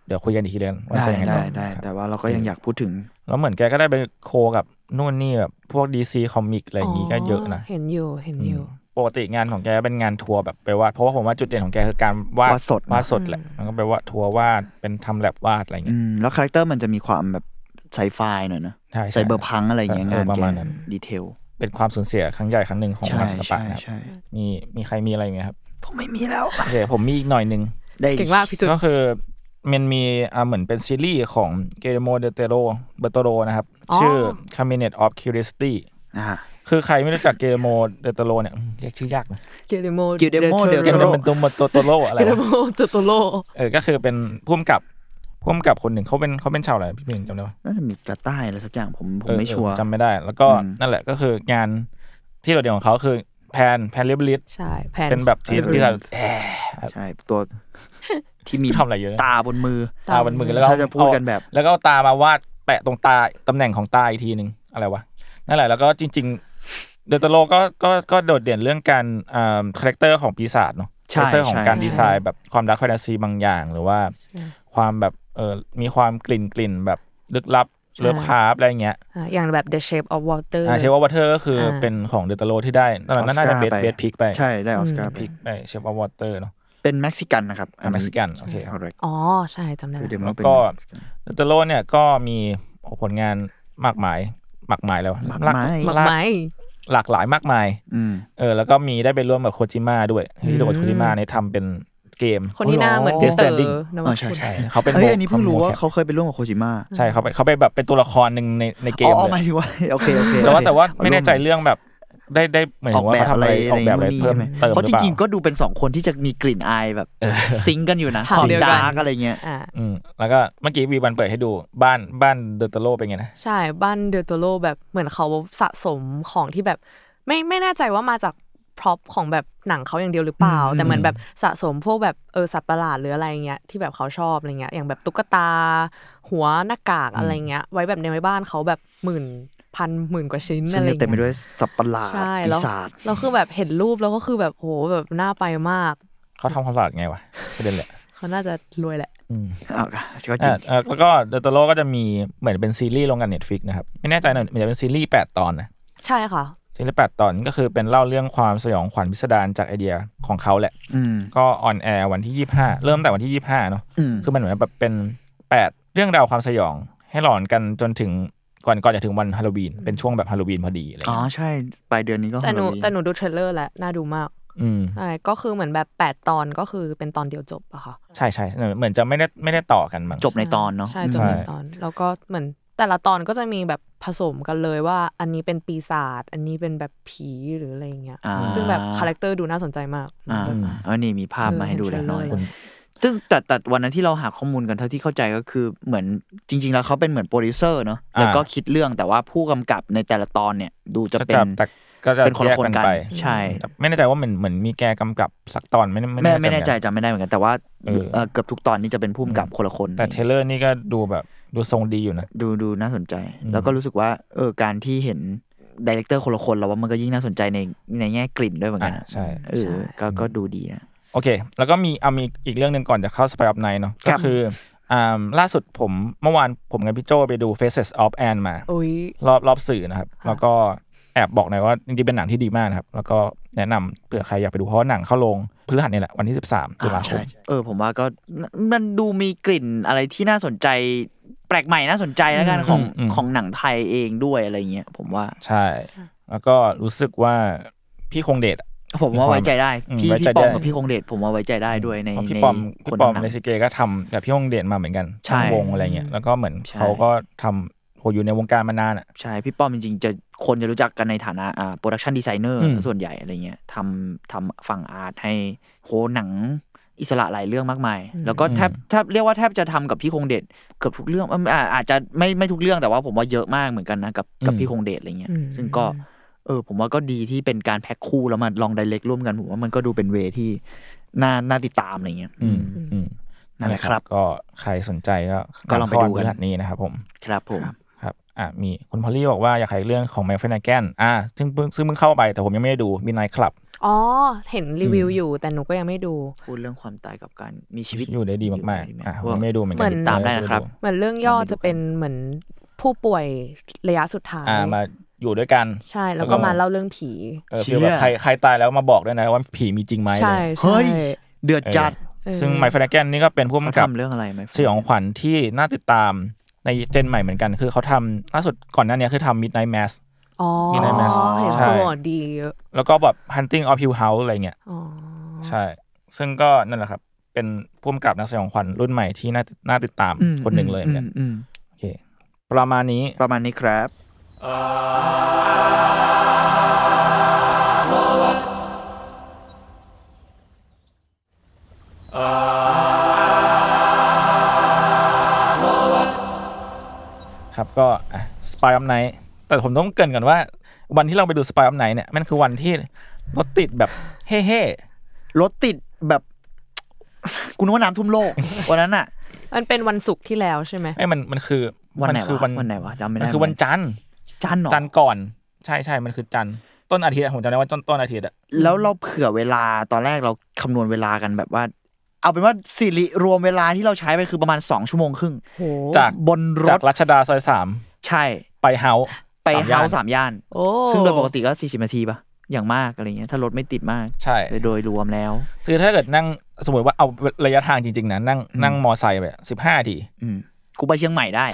เดี๋ยวคุยกันอีกทีเดือนว่าจะยังไงต่อได้แต่ว่าเราก็ยังอยากพูดถึงแล้วเหมือนแกก็ได้ไปโคกับนู่นนี่แบบพวก DC คอมิกอะไรอย่างงี้ก็เยอะนะเห็นอยู่ปกติงานของแกเป็นงานทัวร์แบบไปวาดเพราะว่าผมว่าจุดเด่นของแกคือการวาดสดแหละมันก็ไปว่าทัวร์วาดเป็นทำแลบวาดอะไรอย่างเงี้ยแล้วคาแรคเตอร์มันจะมีความแบบไซไฟหน่อยนะไซเบอร์พังอะไรอย่างเงี้ยงานแกดีเทลเป็นความสูญเสียครั้งใหญ่ครั้งหนึ่งของงานศิลปะครับมีใครมีอะไรไหมครับผมไม่มีแล้วโอเคผมมีอีกหน่อยนึงเก่งมากพี่จุ๊บก็คือมันมีเหมือนเป็นซีรีส์ของเกเรโมเดเตโรเบโตโรนะครับชื่อ Cabinet of Curiosity คือใครไม่รู้จักเกเรโมเดเตโรเนี่ยเรียกชื่อยากนะเกเรโมเดเตโรเป็นตัวโตโรอะไรเกเรโมโตโรก็คือเป็นผู้กำกับคนหนึ่งเขาเป็นชาวอะไรพี่เพียงจำได้ป่ะน่าจะมีกาใต้อะไรสักอย่างผมไม่ชัวร์จำไม่ได้แล้วก็นั่นแหละก็คืองานที่โดดเด่นของเขาคือแพนเรียบลิสใช่เป็นแบบที่ใช่ตัวที่มีทำอะไรเยอะตาบนมือแล้วก็จะพูดกันแบบแล้วก็ตามาวาดแปะตรงตาตำแหน่งของตาอีกทีนึงอะไรวะนั่นแหละแล้วก็จริงๆเดโตโรก็โดดเด่นเรื่องการคาแรคเตอร์ของปีศาจเนาะคาแรคเตอร์ของการดีไซน์แบบความดักแฟนตาซีบางอย่างหรือว่าความแบบมีความกลิ่นแบบลึกลับเลิฟคราฟอะไรเงี้ยอย่างแบบ The Shape of Water Shape of Water ก็คือเป็นของเดโตโรที่ได้ตอนนั้นน่าจะเบสพิกไปใช่ได้ออสการ์พิกไป Shape of Water เนาะเป็นเม็กซิกันนะครับเม็กซิกันโอเคอ๋อใช่จำได้แล้วก็เดโตโรเนี่ยก็มีผลงานมากมายแล้วหลากหลายมากมายแล้วก็มีได้ไปร่วมกับโคจิมะด้วยที่โดยโคจิมะเนี่ยทำเป็นเกมคนที่หน้าเหมือนเดสเตอร์ใช่เขาเป็นอันนี้เพิ่งรู้ว่าเขาเคยไปร่วมกับโคจิมะใช่เขาไปแบบเป็นตัวละครหนึ่งในเกมเลยหมายถึงว่าโอเคแต่ว่าไม่แน่ใจเรื่องแบบได้เหมือนว่าเขาทำอะไรออกแบบอะไรเพิ่มเติมเพราะจริงๆก็ดูเป็น2คนที่จะมีกลิ่นอายแบบซิงกันอยู่นะความดาร์กอะไรเงี้ยแล้วก็เมื่อกี้วีวันเปิดให้ดูบ้านเดโตโรเป็นไงนะใช่บ้านเดโตโรแบบเหมือนเขาสะสมของที่แบบไม่แน่ใจว่ามาจากพร็อพของแบบหนังเขาอย่างเดียวหรือเปล่าแต่เหมือนแบบสะสมพวกแบบสัตว์ประหลาดหรืออะไรเงี้ยที่แบบเขาชอบอะไรเงี้ยอย่างแบบตุ๊กตาหัวหน้ากากอะไรเงี้ยไว้แบบในบ้านเขาแบบหมื่นกว่าชิ้นอะไรเงี้ยเต็มไปด้วยสัตว์ประหลาดปีศาจแล้วคือแบบเห็นรูปแล้วก็คือแบบโหแบบน่าไปมากเขาทำความสะอาดไงวะประเด็นแหละเขาน่าจะรวยแหละก็จริงแล้วก็เดโตโรก็จะมีเหมือนเป็นซีรีส์ลงกัน Netflix นะครับไม่แน่ใจหน่อยมันจะเป็นซีรีส์8 ตอนนะใช่ค่ะซีรีส์8 ตอนก็คือเป็นเล่าเรื่องความสยองขวัญพิสดารจากไอเดียของเขาแหละก็ออนแอร์วันที่25เริ่มแต่วันที่25เนาะคือมันเหมือนแบบเป็น8เรื่องราวความสยองให้หลอนกันจนถึงก่อนจะถึงวันฮาโลวีนเป็นช่วงแบบฮาโลวีนพอดีอะไรใช่ปลายเดือนนี้ก็ฮาโลวีนแต่หนูดูเทรลเลอร์แล้วน่าดูมากใช่ก็คือเหมือนแบบ8 ตอนก็คือเป็นตอนเดียวจบอะค่ะใช่ๆเหมือนจะไม่ได้ต่อกันมั้งจบในตอนเนาะใช่จบในตอนแล้วก็เหมือนแต่ละตอนก็จะมีแบบผสมกันเลยว่าอันนี้เป็นปีศาจอันนี้เป็นแบบผีหรืออะไรอย่างเงี้ยซึ่งแบบคาแรคเตอร์ดูน่าสนใจมากนี่มีภาพมาให้ดูแล้วน้อยซึ่งแต่วันนั้นที่เราหาข้อมูลกันเท่าที่เข้าใจก็คือเหมือนจริงๆแล้วเขาเป็นเหมือนโปรดิวเซอร์เนาะแล้วก็คิดเรื่องแต่ว่าผู้กำกับในแต่ละตอนเนี่ยดูจะเป็นคนละคนกันใช่ไม่แน่ใจว่าเหมือนมีแกกำกับสักตอนไม่แน่ใจจำไม่ได้เหมือนกันแต่ว่าเกือบทุกตอนนี้จะเป็นผู้กำกับคนละคนแต่เทเลอร์นี่ก็ดูแบบดูทรงดีอยู่นะดูน่าสนใจแล้วก็รู้สึกว่าการที่เห็นไดเรคเตอร์คนละคนแล้วว่ามันก็ยิ่งน่าสนใจในแง่กลิ่นด้วยเหมือนกันใช่ก็ดูดีนะโอเคแล้วก็มีอีกเรื่องนึงก่อนจะเข้า Spy of Night เนาะก็คือล่าสุดเมื่อวานผมกับพี่โจไปดู Faces of Anne มารอบสื่อนะครับแล้วก็แอบบอกหน่อยว่าจริงๆเป็นหนังที่ดีมากนะครับแล้วก็แนะนำเผื่อใครอยากไปดูเพราะว่าหนังเข้าโรงพฤหัสนี่แหละวันที่13 ตุลาคมผมว่าก็มันดูมีกลิ่นอะไรที่น่าสนใจแปลกใหม่น่าสนใจแล้วกันของหนังไทยเองด้วยอะไรเงี้ยผมว่าใช่แล้วก็รู้สึกว่าพี่คงเดชผมว่าไว้ใจได้พี่ปอมกับพี่คงเดชผมว่าไว้ใจได้ด้วยในพี่ปอมในซีเกก็ทำแบบพี่คงเดชมาเหมือนกันช่างวงอะไรเงี้ยแล้วก็เหมือนเขาก็ทำอยู่ในวงการมานานอ่ะใช่พี่ป้อมจริงๆคนจะรู้จักกันในฐานะโปรดักชันดีไซเนอร์ส่วนใหญ่อะไรเงี้ยทำฝั่งอาร์ตให้หนังอิสระหลายเรื่องมากมายแล้วก็แทบเรียกว่าแทบจะทำกับพี่คงเดชเกือบทุกเรื่องอาจจะไม่ทุกเรื่องแต่ว่าผมว่าเยอะมากเหมือนกันนะกับพี่คงเดชอะไรเงี้ยซึ่งก็ผมว่าก็ดีที่เป็นการแพ็คคู่แล้วมาลองไดเรกร่วมกันผมว่ามันก็ดูเป็นเวที่น่าติดตามอะไรเงี้ยนั่นแหละครับก็ใครสนใจก็ลองไปดูกันนี้นะครับผมครับผมครับมีคุณพอลลี่บอกว่าอยากให้เรื่องของแมฟเฟนแกนซึ่งเพิ่งเข้าไปแต่ผมยังไม่ได้ดูมีไนท์คลับเห็นรีวิวอยู่แต่หนูก็ยังไม่ดูพูดเรื่องความตายกับการมีชีวิตอยู่ได้ดีมากๆผมไม่ดูเหมือนกันติดตามได้นะครับเหมือนเรื่องย่อจะเป็นเหมือนผู้ป่วยระยะสุดท้ายมาอยู่ด้วยกันใช่แล้วก็มาเล่าเรื่องผีคือแบบใครตายแล้วมาบอกด้วยนะว่าผีมีจริงไหมเฮ้ยเดือดจัดซึ่งไมค์แฟนแกนนี่ก็เป็นผู้กำกับเรื่องอะไรสยองขวัญที่น่าติดตามในเจนใหม่เหมือนกันคือเขาทำล่าสุดก่อนหน้านี้คือทำ Midnight Mass Midnight Mass ใช่ดีแล้วก็แบบ Hunting of Hill House อะไรเงี้ยใช่ซึ่งก็นั่นแหละครับเป็นผู้กำกับนักสยองขวัญรุ่นใหม่ที่น่าติดตามคนหนึ่งเลยเหมือนกันโอเคประมาณนี้ครับครับก็Spy of Night แต่ผมต้องเกริ่นก่อนว่าวันที่เราไปดู Spy of Night เนี่ยมันคือวันที่รถติดแบบเฮ่ๆรถติดแบบกูนึกว่าน้ำท่วมโลกวันนั้นน่ะมันเป็นวันศุกร์ที่แล้วใช่ไหมมันคือวันไหนวะจำไม่ได้มันคือวันจันทร์ก่อนใช่มันคือจันทร์ต้นอาทิตย์ผมจำได้ว่าต้นอาทิตย์แล้วเราเผื่อเวลาตอนแรกเราคำนวณเวลากันแบบว่าเอาเป็นว่าสิริรวมเวลาที่เราใช้ไปคือประมาณ2ชั่วโมงครึ่งจากบนรถจากรัชดาซอย 3ใช่ไปเฮาส์ 3ย่านซึ่งโดยปกติก็40นาทีป่ะอย่างมากอะไรเงี้ยถ้ารถไม่ติดมากใช่โดยรวมแล้วคือถ้าเกิดนั่งสมมติว่าเอาระยะทางจริงๆนะนั่งมอไซค์ไป15นาทีกูไปเชียงใหม่ได้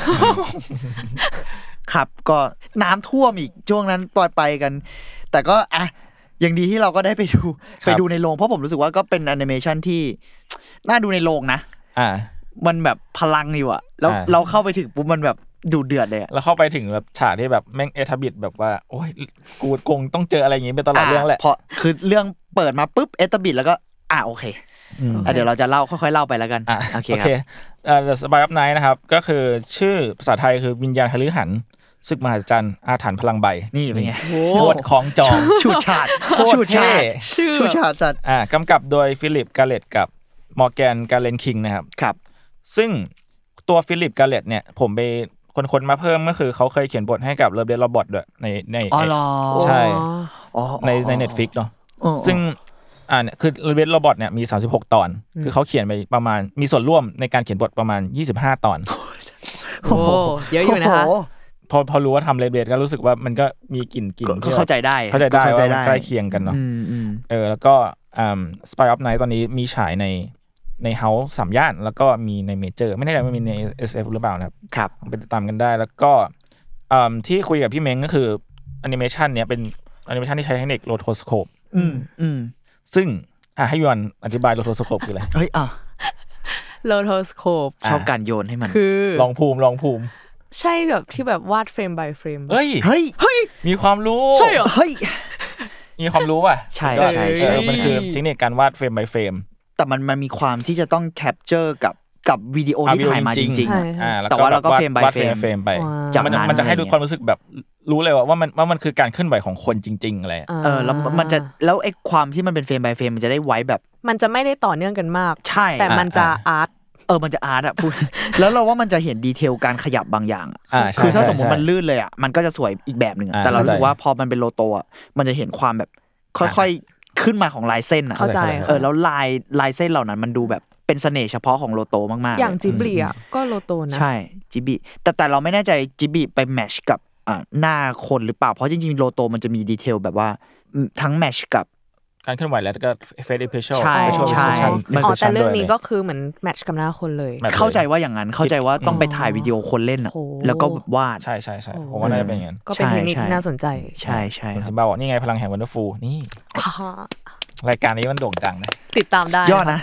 ครับก็น้ำท่วมอีกช่วงนั้นปล่อยไปกันแต่ก็อย่างดีที่เราก็ได้ไปดูในโรงเพราะผมรู้สึกว่าก็เป็นแอนิเมชันที่น่าดูในโรงนะมันแบบพลังอยู่อะแล้วเราเข้าไปถึงปุ๊บมันแบบดูเดือดเลยแล้วเข้าไปถึงแบบฉากที่แบบแม่งเอทบิดแบบว่าโอ้ยกูคงต้องเจออะไรอย่างงี้ไปตลอดเรื่องแหละเพราะคือเรื่องเปิดมาปุ๊บเอทบิดแล้วก็โอเคเดี๋ยวเราจะเล่าค่อยๆเล่าไปแล้วกันโอเคครับ The Spy of Night นะครับก็คือชื่อภาษาไทยคือวิญญาณคฤหัสถ์ศึกมหัศจรรย์อาถรรพ์พลังใบนี่เป็นไงโคตรของจองชูชาดสัตว์กำกับโดยฟิลิปกาเลตกับมอร์แกนกาเลนคิงนะครับซึ่งตัวฟิลิปกาเลตเนี่ยผมไปคนมาเพิ่มก็คือเขาเคยเขียนบทให้กับเลิฟเดดโรบอทด้วยในใช่ใน Netflix เนาะซึ่งเนี่ยคือเลิฟเดดโรบอทเนี่ยมี36ตอนคือเขาเขียนไปประมาณมีส่วนร่วมในการเขียนบทประมาณ25ตอนโอ้เยอะอยู่นะคะพอรู้ว่าทำเลิฟเดดก็รู้สึกว่ามันก็มีกลิ่นเข้าใจได้ว่าใกล้เคียงกันเนาะแล้วก็Spy of Night ตอนนี้มีฉายในเฮาส์3ย่านแล้วก็มีในเมเจอร์ไม่แน่ใจว่ามีใน SF หรือเปล่าครับไปติดตามกันได้แล้วก็ที่คุยกับพี่เม้งก็คือแอนิเมชันเนี้ยเป็นแอนิเมชันที่ใช้เทคนิคโรโทสโคปซึ่งให้ยอนอธิบายโรโทสโคปคืออะไรโรโทสโคปชอบการโยนให้มันคือลองภูมิใช่แบบที่แบบวาดเฟรม by เฟรมเฮ้ยมีความรู้ใช่เหรอเฮ้ยมีความรู้ป่ะใช่มันคือเทคนิคการวาดเฟรม by เฟรมแต่มันมีความที่จะต้องแคปเจอร์กับวิดีโอที่ถ่ายมาจริงๆแต่ว่าเราก็เฟรม by เฟรมไปมันจะให้ดูความรู้สึกแบบรู้เลยว่ามันคือการเคลื่อนไหวของคนจริงๆอะไรแล้วมันจะแล้วไอ้ความที่มันเป็นเฟรม by เฟรมมันจะได้ไว้แบบมันจะไม่ได้ต่อเนื่องกันมากใช่แต่มันจะอาร์ตมันจะอาร์ตพูดแล้วเราว่ามันจะเห็นดีเทลการขยับบางอย่างคือถ้าสมมติมันลื่นเลยมันก็จะสวยอีกแบบนึงแต่เรารู้สึกว่าพอมันเป็นโลโตมันจะเห็นความแบบค่อยๆขึ้นมาของลายเส้นเข้าใจแล้วลายเส้นเหล่านั้นมันดูแบบเป็นเสน่ห์เฉพาะของโลโตมากๆอย่างจิบลิก็โลโตนะใช่จิบลิแต่เราไม่แน่ใจจิบลิไปแมทช์กับหน้าคนหรือเปล่าเพราะจริงๆโลโตมันจะมีดีเทลแบบว่าทั้งแมทช์กับการเคลื่อนไหวแล้วก็เฟซเพชชั่นแต่เรื่องนี้ก็คือเหมือนแมทช์กับหน้าคนเลยเข้าใจว่าอย่างนั้นเข้าใจว่าต้องไปถ่ายวิดีโอคนเล่นแล้วก็วาดใช่ผมว่าน่าจะเป็นอย่างนั้นก็เป็นเทคนิคน่าสนใจใช่คุณซิมบ้าบอกนี่ไงพลังแห่งวันเดอร์ฟูลนี่รายการนี้มันโด่งดังนะติดตามได้ยอดนะ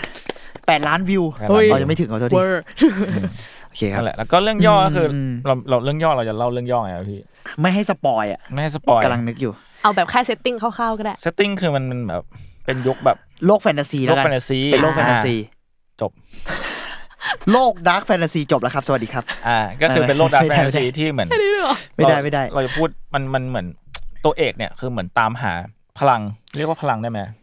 8 ล้านวิวเรายังไม่ถึงเอาเท่าที่โอเคครับแล้วก็เรื่องย่อก็คือเราเรื่องย่อเราจะเล่าเรื่องย่อไงพี่ไม่ให้สปอยกำลังนึกอยู่เอาแบบแค่เซตติ้งคร่าวๆก็ได้เซตติ้งคือมันแบบเป็นยุคแบบโลกแฟนตาซีแล้วกันเป็นโลกแฟนตาซีจบโลกดาร์กแฟนตาซีจบแล้วครับสวัสดีครับก็คือเป็นโลกดาร์กแฟนตาซีที่เหมือนไม่ได้เราจะพูดมันเหมือนตัวเอกเนี่ยคือเหมือนตามหาพลังเรียกว่าพลังได้ไหม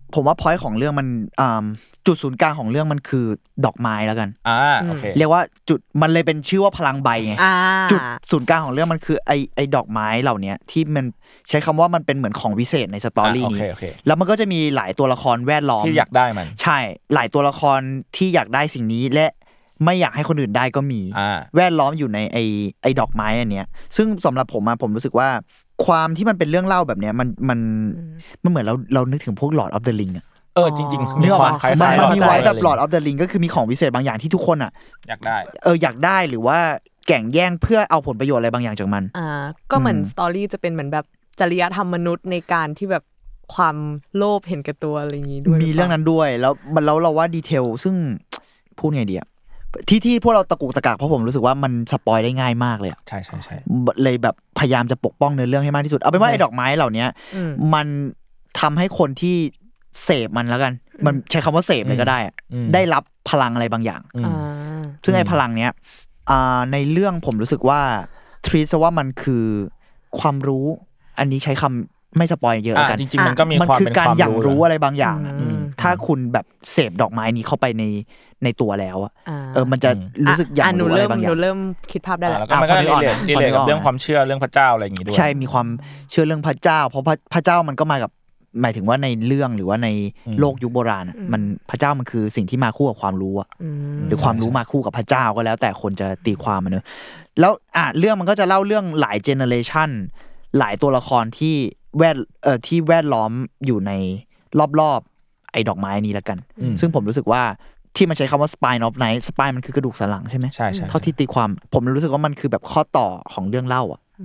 ผมว่า point ของเรื่องมันจุดศูนย์กลางของเรื่องมันคือดอกไม้แล้วกันโอเคเรียกว่าจุดมันเลยเป็นชื่อว่าพลังใบไงจุดศูนย์กลางของเรื่องมันคือไอ้ดอกไม้เหล่านี้ที่มันใช้คำว่ามันเป็นเหมือนของวิเศษในสตอรี่นี้แล้วมันก็จะมีหลายตัวละครแวดล้อมที่อยากได้มันใช่หลายตัวละครที่อยากได้สิ่งนี้และไม่อยากให้คนอื่นได้ก็มีแวดล้อมอยู่ในไอ้ดอกไม้อันเนี้ยซึ่งสำหรับผมรู้สึกว่าความที่มันเป็นเรื่องเล่าแบบเนี้ยมันเหมือนเรานึกถึงพวก Lord of the Ring อ่ะจริงๆมีความคล้ายๆมันมีไว้แบบ Lord of the Ring ก็คือมีของวิเศษบางอย่างที่ทุกคนอ่ะอยากได้อยากได้หรือว่าแข่งแย่งเพื่อเอาผลประโยชน์อะไรบางอย่างจากมันก็เหมือนสตอรี่จะเป็นเหมือนแบบจริยธรรมมนุษย์ในการที่แบบความโลภเห็นแก่ตัวอะไรอย่างงี้ด้วยมีเรื่องนั้นด้วยแล้วเราว่าดีเทลซึ่งพูดไงดีอะที่พวกเราตะกุกตะกักเพราะผมรู้สึกว่ามันสปอยได้ง่ายมากเลยใช่เลยแบบพยายามจะปกป้องเนื้อเรื่องให้มากที่สุดเอาเป็นว่าไอ้ดอกไม้เหล่านี้มันทำให้คนที่เสพมันแล้วกันมันใช้คำว่าเสพเลยก็ได้ได้รับพลังอะไรบางอย่างซึ่งไอ้พลังเนี้ยในเรื่องผมรู้สึกว่าทรีซว่ามันคือความรู้อันนี้ใช้คำไม่สปอยเยอะกันจริงๆมันก็มีความเป็นการอย่างรู้อะไรบางอย่างถ้าคุณแบบเสพดอกไม้นี้เข้าไปในตัวแล้วมันจะรู้สึกอย่างรู้อะไรบางอย่างเริ่มคิดภาพได้แล้วแล้วก็มันก็รีเลทกับเรื่องความเชื่อเรื่องพระเจ้าอะไรอย่างงี้ด้วยใช่มีความเชื่อเรื่องพระเจ้าเพราะพระเจ้ามันก็มากับหมายถึงว่าในเรื่องหรือว่าในโลกยุคโบราณมันพระเจ้ามันคือสิ่งที่มาคู่กับความรู้หรือความรู้มาคู่กับพระเจ้าก็แล้วแต่คนจะตีความมันเนอะแล้วเรื่องมันก็จะเล่าเรื่องหลายเจเนอเรชันหลายตัวละครที่แวดล้อมอยู่ในรอบๆไอ้ดอกไม้นี้แล้วกันซึ่งผมรู้สึกว่าที่มันใช้คำว่า spine of night spine มันคือกระดูกสันหลังใช่ไหมใช่เท่าที่ตีความผมรู้สึกว่ามันคือแบบข้อต่อของเรื่องเล่า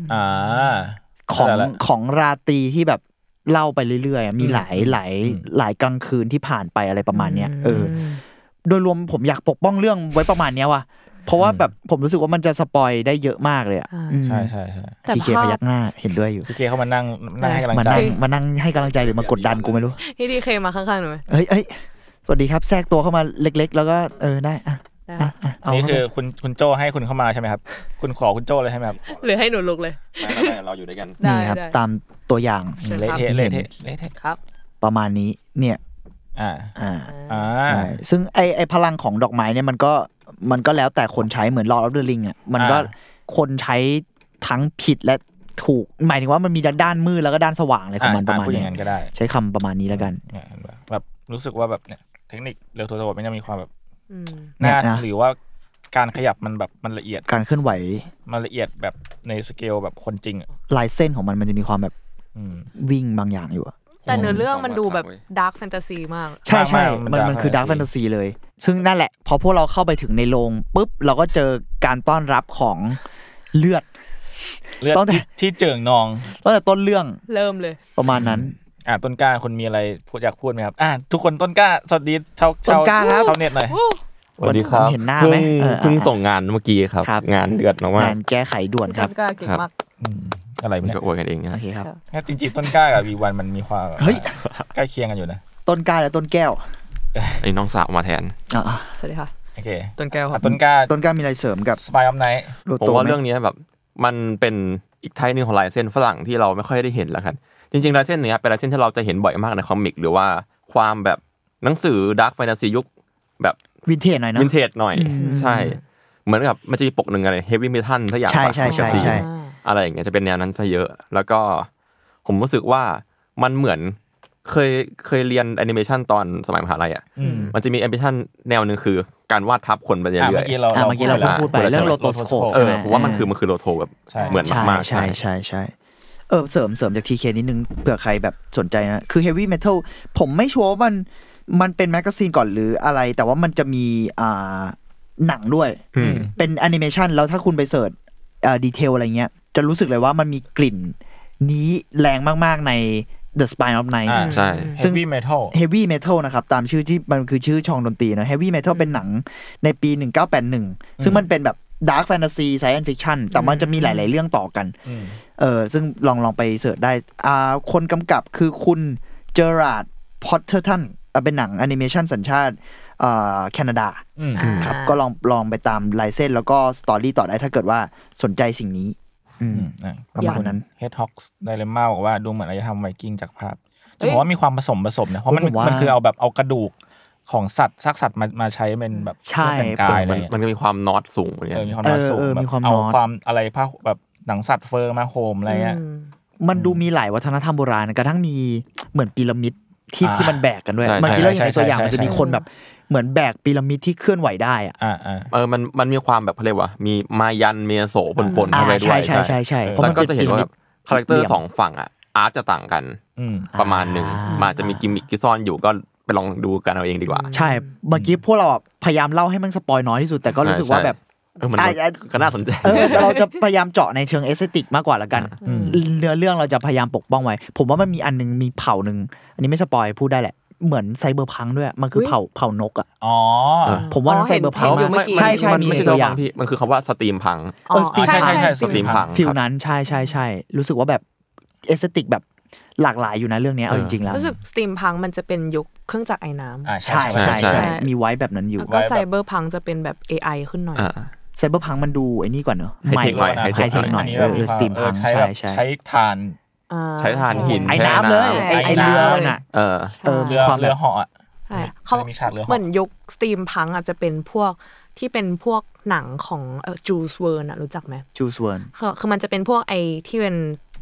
ของราตรีที่แบบเล่าไปเรื่อยๆมีหลายกลางคืนที่ผ่านไปอะไรประมาณเนี้ยโดยรวมผมอยากปกป้องเรื่องไว้ประมาณเนี้ยว่ะเพราะว่าแบบผมรู้สึกว่ามันจะสปอยได้เยอะมากเลยอ่ะใช่ทีเคพยักหน้าเห็นด้วยอยู่ทีเคเขามานั่งให้กำลังใจมานั่งให้กำลังใจหรือมากดดันกูไม่รู้ที่ทีเคมาข้างๆหนูเฮ้ยสวัสดีครับแทรกตัวเข้ามาเล็กๆแล้วก็ได้นี่คือคุณโจให้คุณเข้ามาใช่ไหมครับคุณขอคุณโจเลยใช่ไหมครับหรือให้หนูลุกเลยไม่เราอยู่ด้วยกันนี่ครับตามตัวอย่างเละเทะครับประมาณนี้เนี่ยซึ่งไอพลังของดอกไม้เนี่ยมันก็แล้วแต่คนใช้เหมือน Lord of the Ring อ่ะมันก็คนใช้ทั้งผิดและถูกหมายถึงว่ามันมีด้านมืดแล้วก็ด้านสว่างอะไรของมันประมาณนี้ใช้คำประมาณนี้แล้วกันแบบรู้สึกว่าแบบเนี่ยเทคนิคเร็วตัวมันจะมีความแบบงานหรือว่าการขยับมันแบบมันละเอียดการเคลื่อนไหวมันละเอียดแบบในสเกลแบบคนจริงลายเส้นของมันจะมีความแบบวิ่งบางอย่างอยู่แต่เนื้อเรื่องมันดูแบบดาร์กแฟนตาซีมากใช่มันคือดาร์กแฟนตาซีเลยซึ่งนั่นแหละพอพวกเราเข้าไปถึงในโรงปุ๊บเราก็เจอการต้อนรับของเลือดที่เจิ่งนองตั้งแต่ต้นเรื่องเริ่มเลยประมาณนั้นต้นกล้าคนมีอะไรอยากพูดไหมครับทุกคนต้นกล้าสวัสดีชาวเน็ตหน่อยสวัสดีครับเห็นหน้าไหมเพิ่งส่งงานเมื่อกี้ครับงานเดือดมากงานแก้ไขด่วนครับต้นกล้าเก่งมากอะไรเนี่ยก็อวยกันเองโอเคครับจริงๆต้นกล้ากับวีวันมันมีความใกล้เคียงกันอยู่นะต้นกล้าและต้นแก้วไอ้น้องสาวมาแทนสวัสดีค่ะโอเคต้นแก้วครับต้นกล้ามีอะไรเสริมกับ Spy of Night ผมว่าเรื่องนี้แบบมันเป็นอีกไทป์นึงของลายเส้นฝรั่งที่เราไม่ค่อยได้เห็นแล้วกันจริงๆลายเส้นเนี้ยเป็นลายเส้นที่เราจะเห็นบ่อยมากในคอมิกหรือว่าความแบบหนังสือดาร์กแฟนตาซียุคแบบวินเทจหน่อยนะวินเทจหน่อยใช่เหมือนกับมันจะมีปกหนึ่งอะไรเฮฟวี่เมทัลสักอย่างใช่อะไรอย่างเงี้ยจะเป็นแนวนั้นซะเยอะแล้วก็ผมรู้สึกว่ามันเหมือนเคยเรียนแอนิเมชันตอนสมัยมหาลัยอ่ะมันจะมีแอนิเมชันแนวนึงคือการวาดทับคนไปเรื่อยๆเมื่อกี้เราพูดไปเรื่องโลโตสโคปผมว่ามันคือโลโทแบบเหมือนมากๆใช่เสริมจาก TK นิดนึงเผื่อใครแบบสนใจนะคือ Heavy Metal ผมไม่ชัวร์ว่ามันเป็นแมกกาซีนก่อนหรืออะไรแต่ว่ามันจะมีหนังด้วยเป็นแอนิเมชันแล้วถ้าคุณไปเสิร์ชดีเทลอะไรเงี้ยจะรู้สึกเลยว่ามันมีกลิ่นนี้แรงมากๆใน The Spine of Night ใช่ Heavy Metal นะครับตามชื่อที่มันคือชื่อช่องดนตรีนะ Heavy Metal เป็นหนังในปี1981ซึ่งมันเป็นแบบดาร์กแฟนตาซีไซเอนซ์ฟิคชั่นแต่มันจะมีหลายๆเรื่องต่อกันซึ่งลองไปเสิร์ชได้คนกำกับคือคุณเจอราร์ดพอตเทอร์ตันเป็นหนังแอนิเมชันสัญชาติแคนาดาครับก็ลองไปตามลายเส้นแล้วก็สตอรี่ต่อได้ถ้าเกิดว่าสนใจสิ่งนี้ประมาณนั้น Hedgehogs Dilemma บอกว่าดูเหมือนอารยธรรมไวกิ้งจากภาพจะบอกว่ามีความผสมนะเพราะมันคือเอากระดูกของสัตว์ซากสัตว์มาใช้เป็นแบบเป็นกายอะไรมันก็มีความน็อตสูงมีความน็อตสูงเอาความอะไรผ้าแบบหนังสัตว์เฟอร์มาโฮมอะไรเงี้ยมันดูมีหลายวัฒนธรรมโบราณกระทั่งมีเหมือนพีระมิดที่มันแบกกันด้วยเมื่อกี้เราเห็นในตัวอย่างมันจะมีคนแบบเหมือนแบกพีระมิดที่เคลื่อนไหวได้อ่ะมันมีความแบบเขาเรียกว่ามีมายันเมโสปนเข้าไปด้วยใช่แล้วก็จะเห็นว่าคาแรคเตอร์2ฝั่งอ่ะอาร์ตจะต่างกันประมาณนึงมันจะมีกิมมิคที่ซ่อนอยู่ก็ไปลองดูกันเอาเองดีกว่าใช่เมื่อกี้พวกเราพยายามเล่าให้มันสปอยน้อยที่สุดแต่ก็รู้สึกว่าแบบมันก็น่าสนใจเราจะพยายามเจาะในเชิงเอสเธติกมากกว่าละกันเรื่องเราจะพยายามปกป้องไว้ผมว่ามันมีอันนึงมีเผ่านึงอันนี้ไม่สปอยพูดได้แหละเหมือนไซเบอร์พังด้วยมันคือเผ่านกอ่ะผมว่าไซเบอร์พังใช่มันไม่ใช่ตัวอย่างพี่มันคือคำว่าสตรีมพังสตรีมพังฟิลนั้นใช่รู้สึกว่าแบบเอสเธติกแบบหลากหลายอยู่นะเรื่องนี้เอาจริงๆแล้วรู้สึกสตรีมพังมันจะเป็นยุคเครื่องจักรไอ้น้ำใช่มีไว้แบบนั้นอยู่ก็ไซเบอร์พังจะเป็นแบบ AI ขึ้นหน่อยไซเบอร์พังมันดูไอ้นี่ก่อนเนอะไฮเทคหน่อยสตรีมพังใช้ถ่านหินไอ้น้ำเลยไอ้เรือมันอ่ะเรือเหาะเขาเหมือนยุคสตรีมพังอาจจะเป็นพวกที่เป็นพวกหนังของจูสเวิร์นรู้จักไหมจูสเวิร์นคือมันจะเป็นพวกไอที่เป็น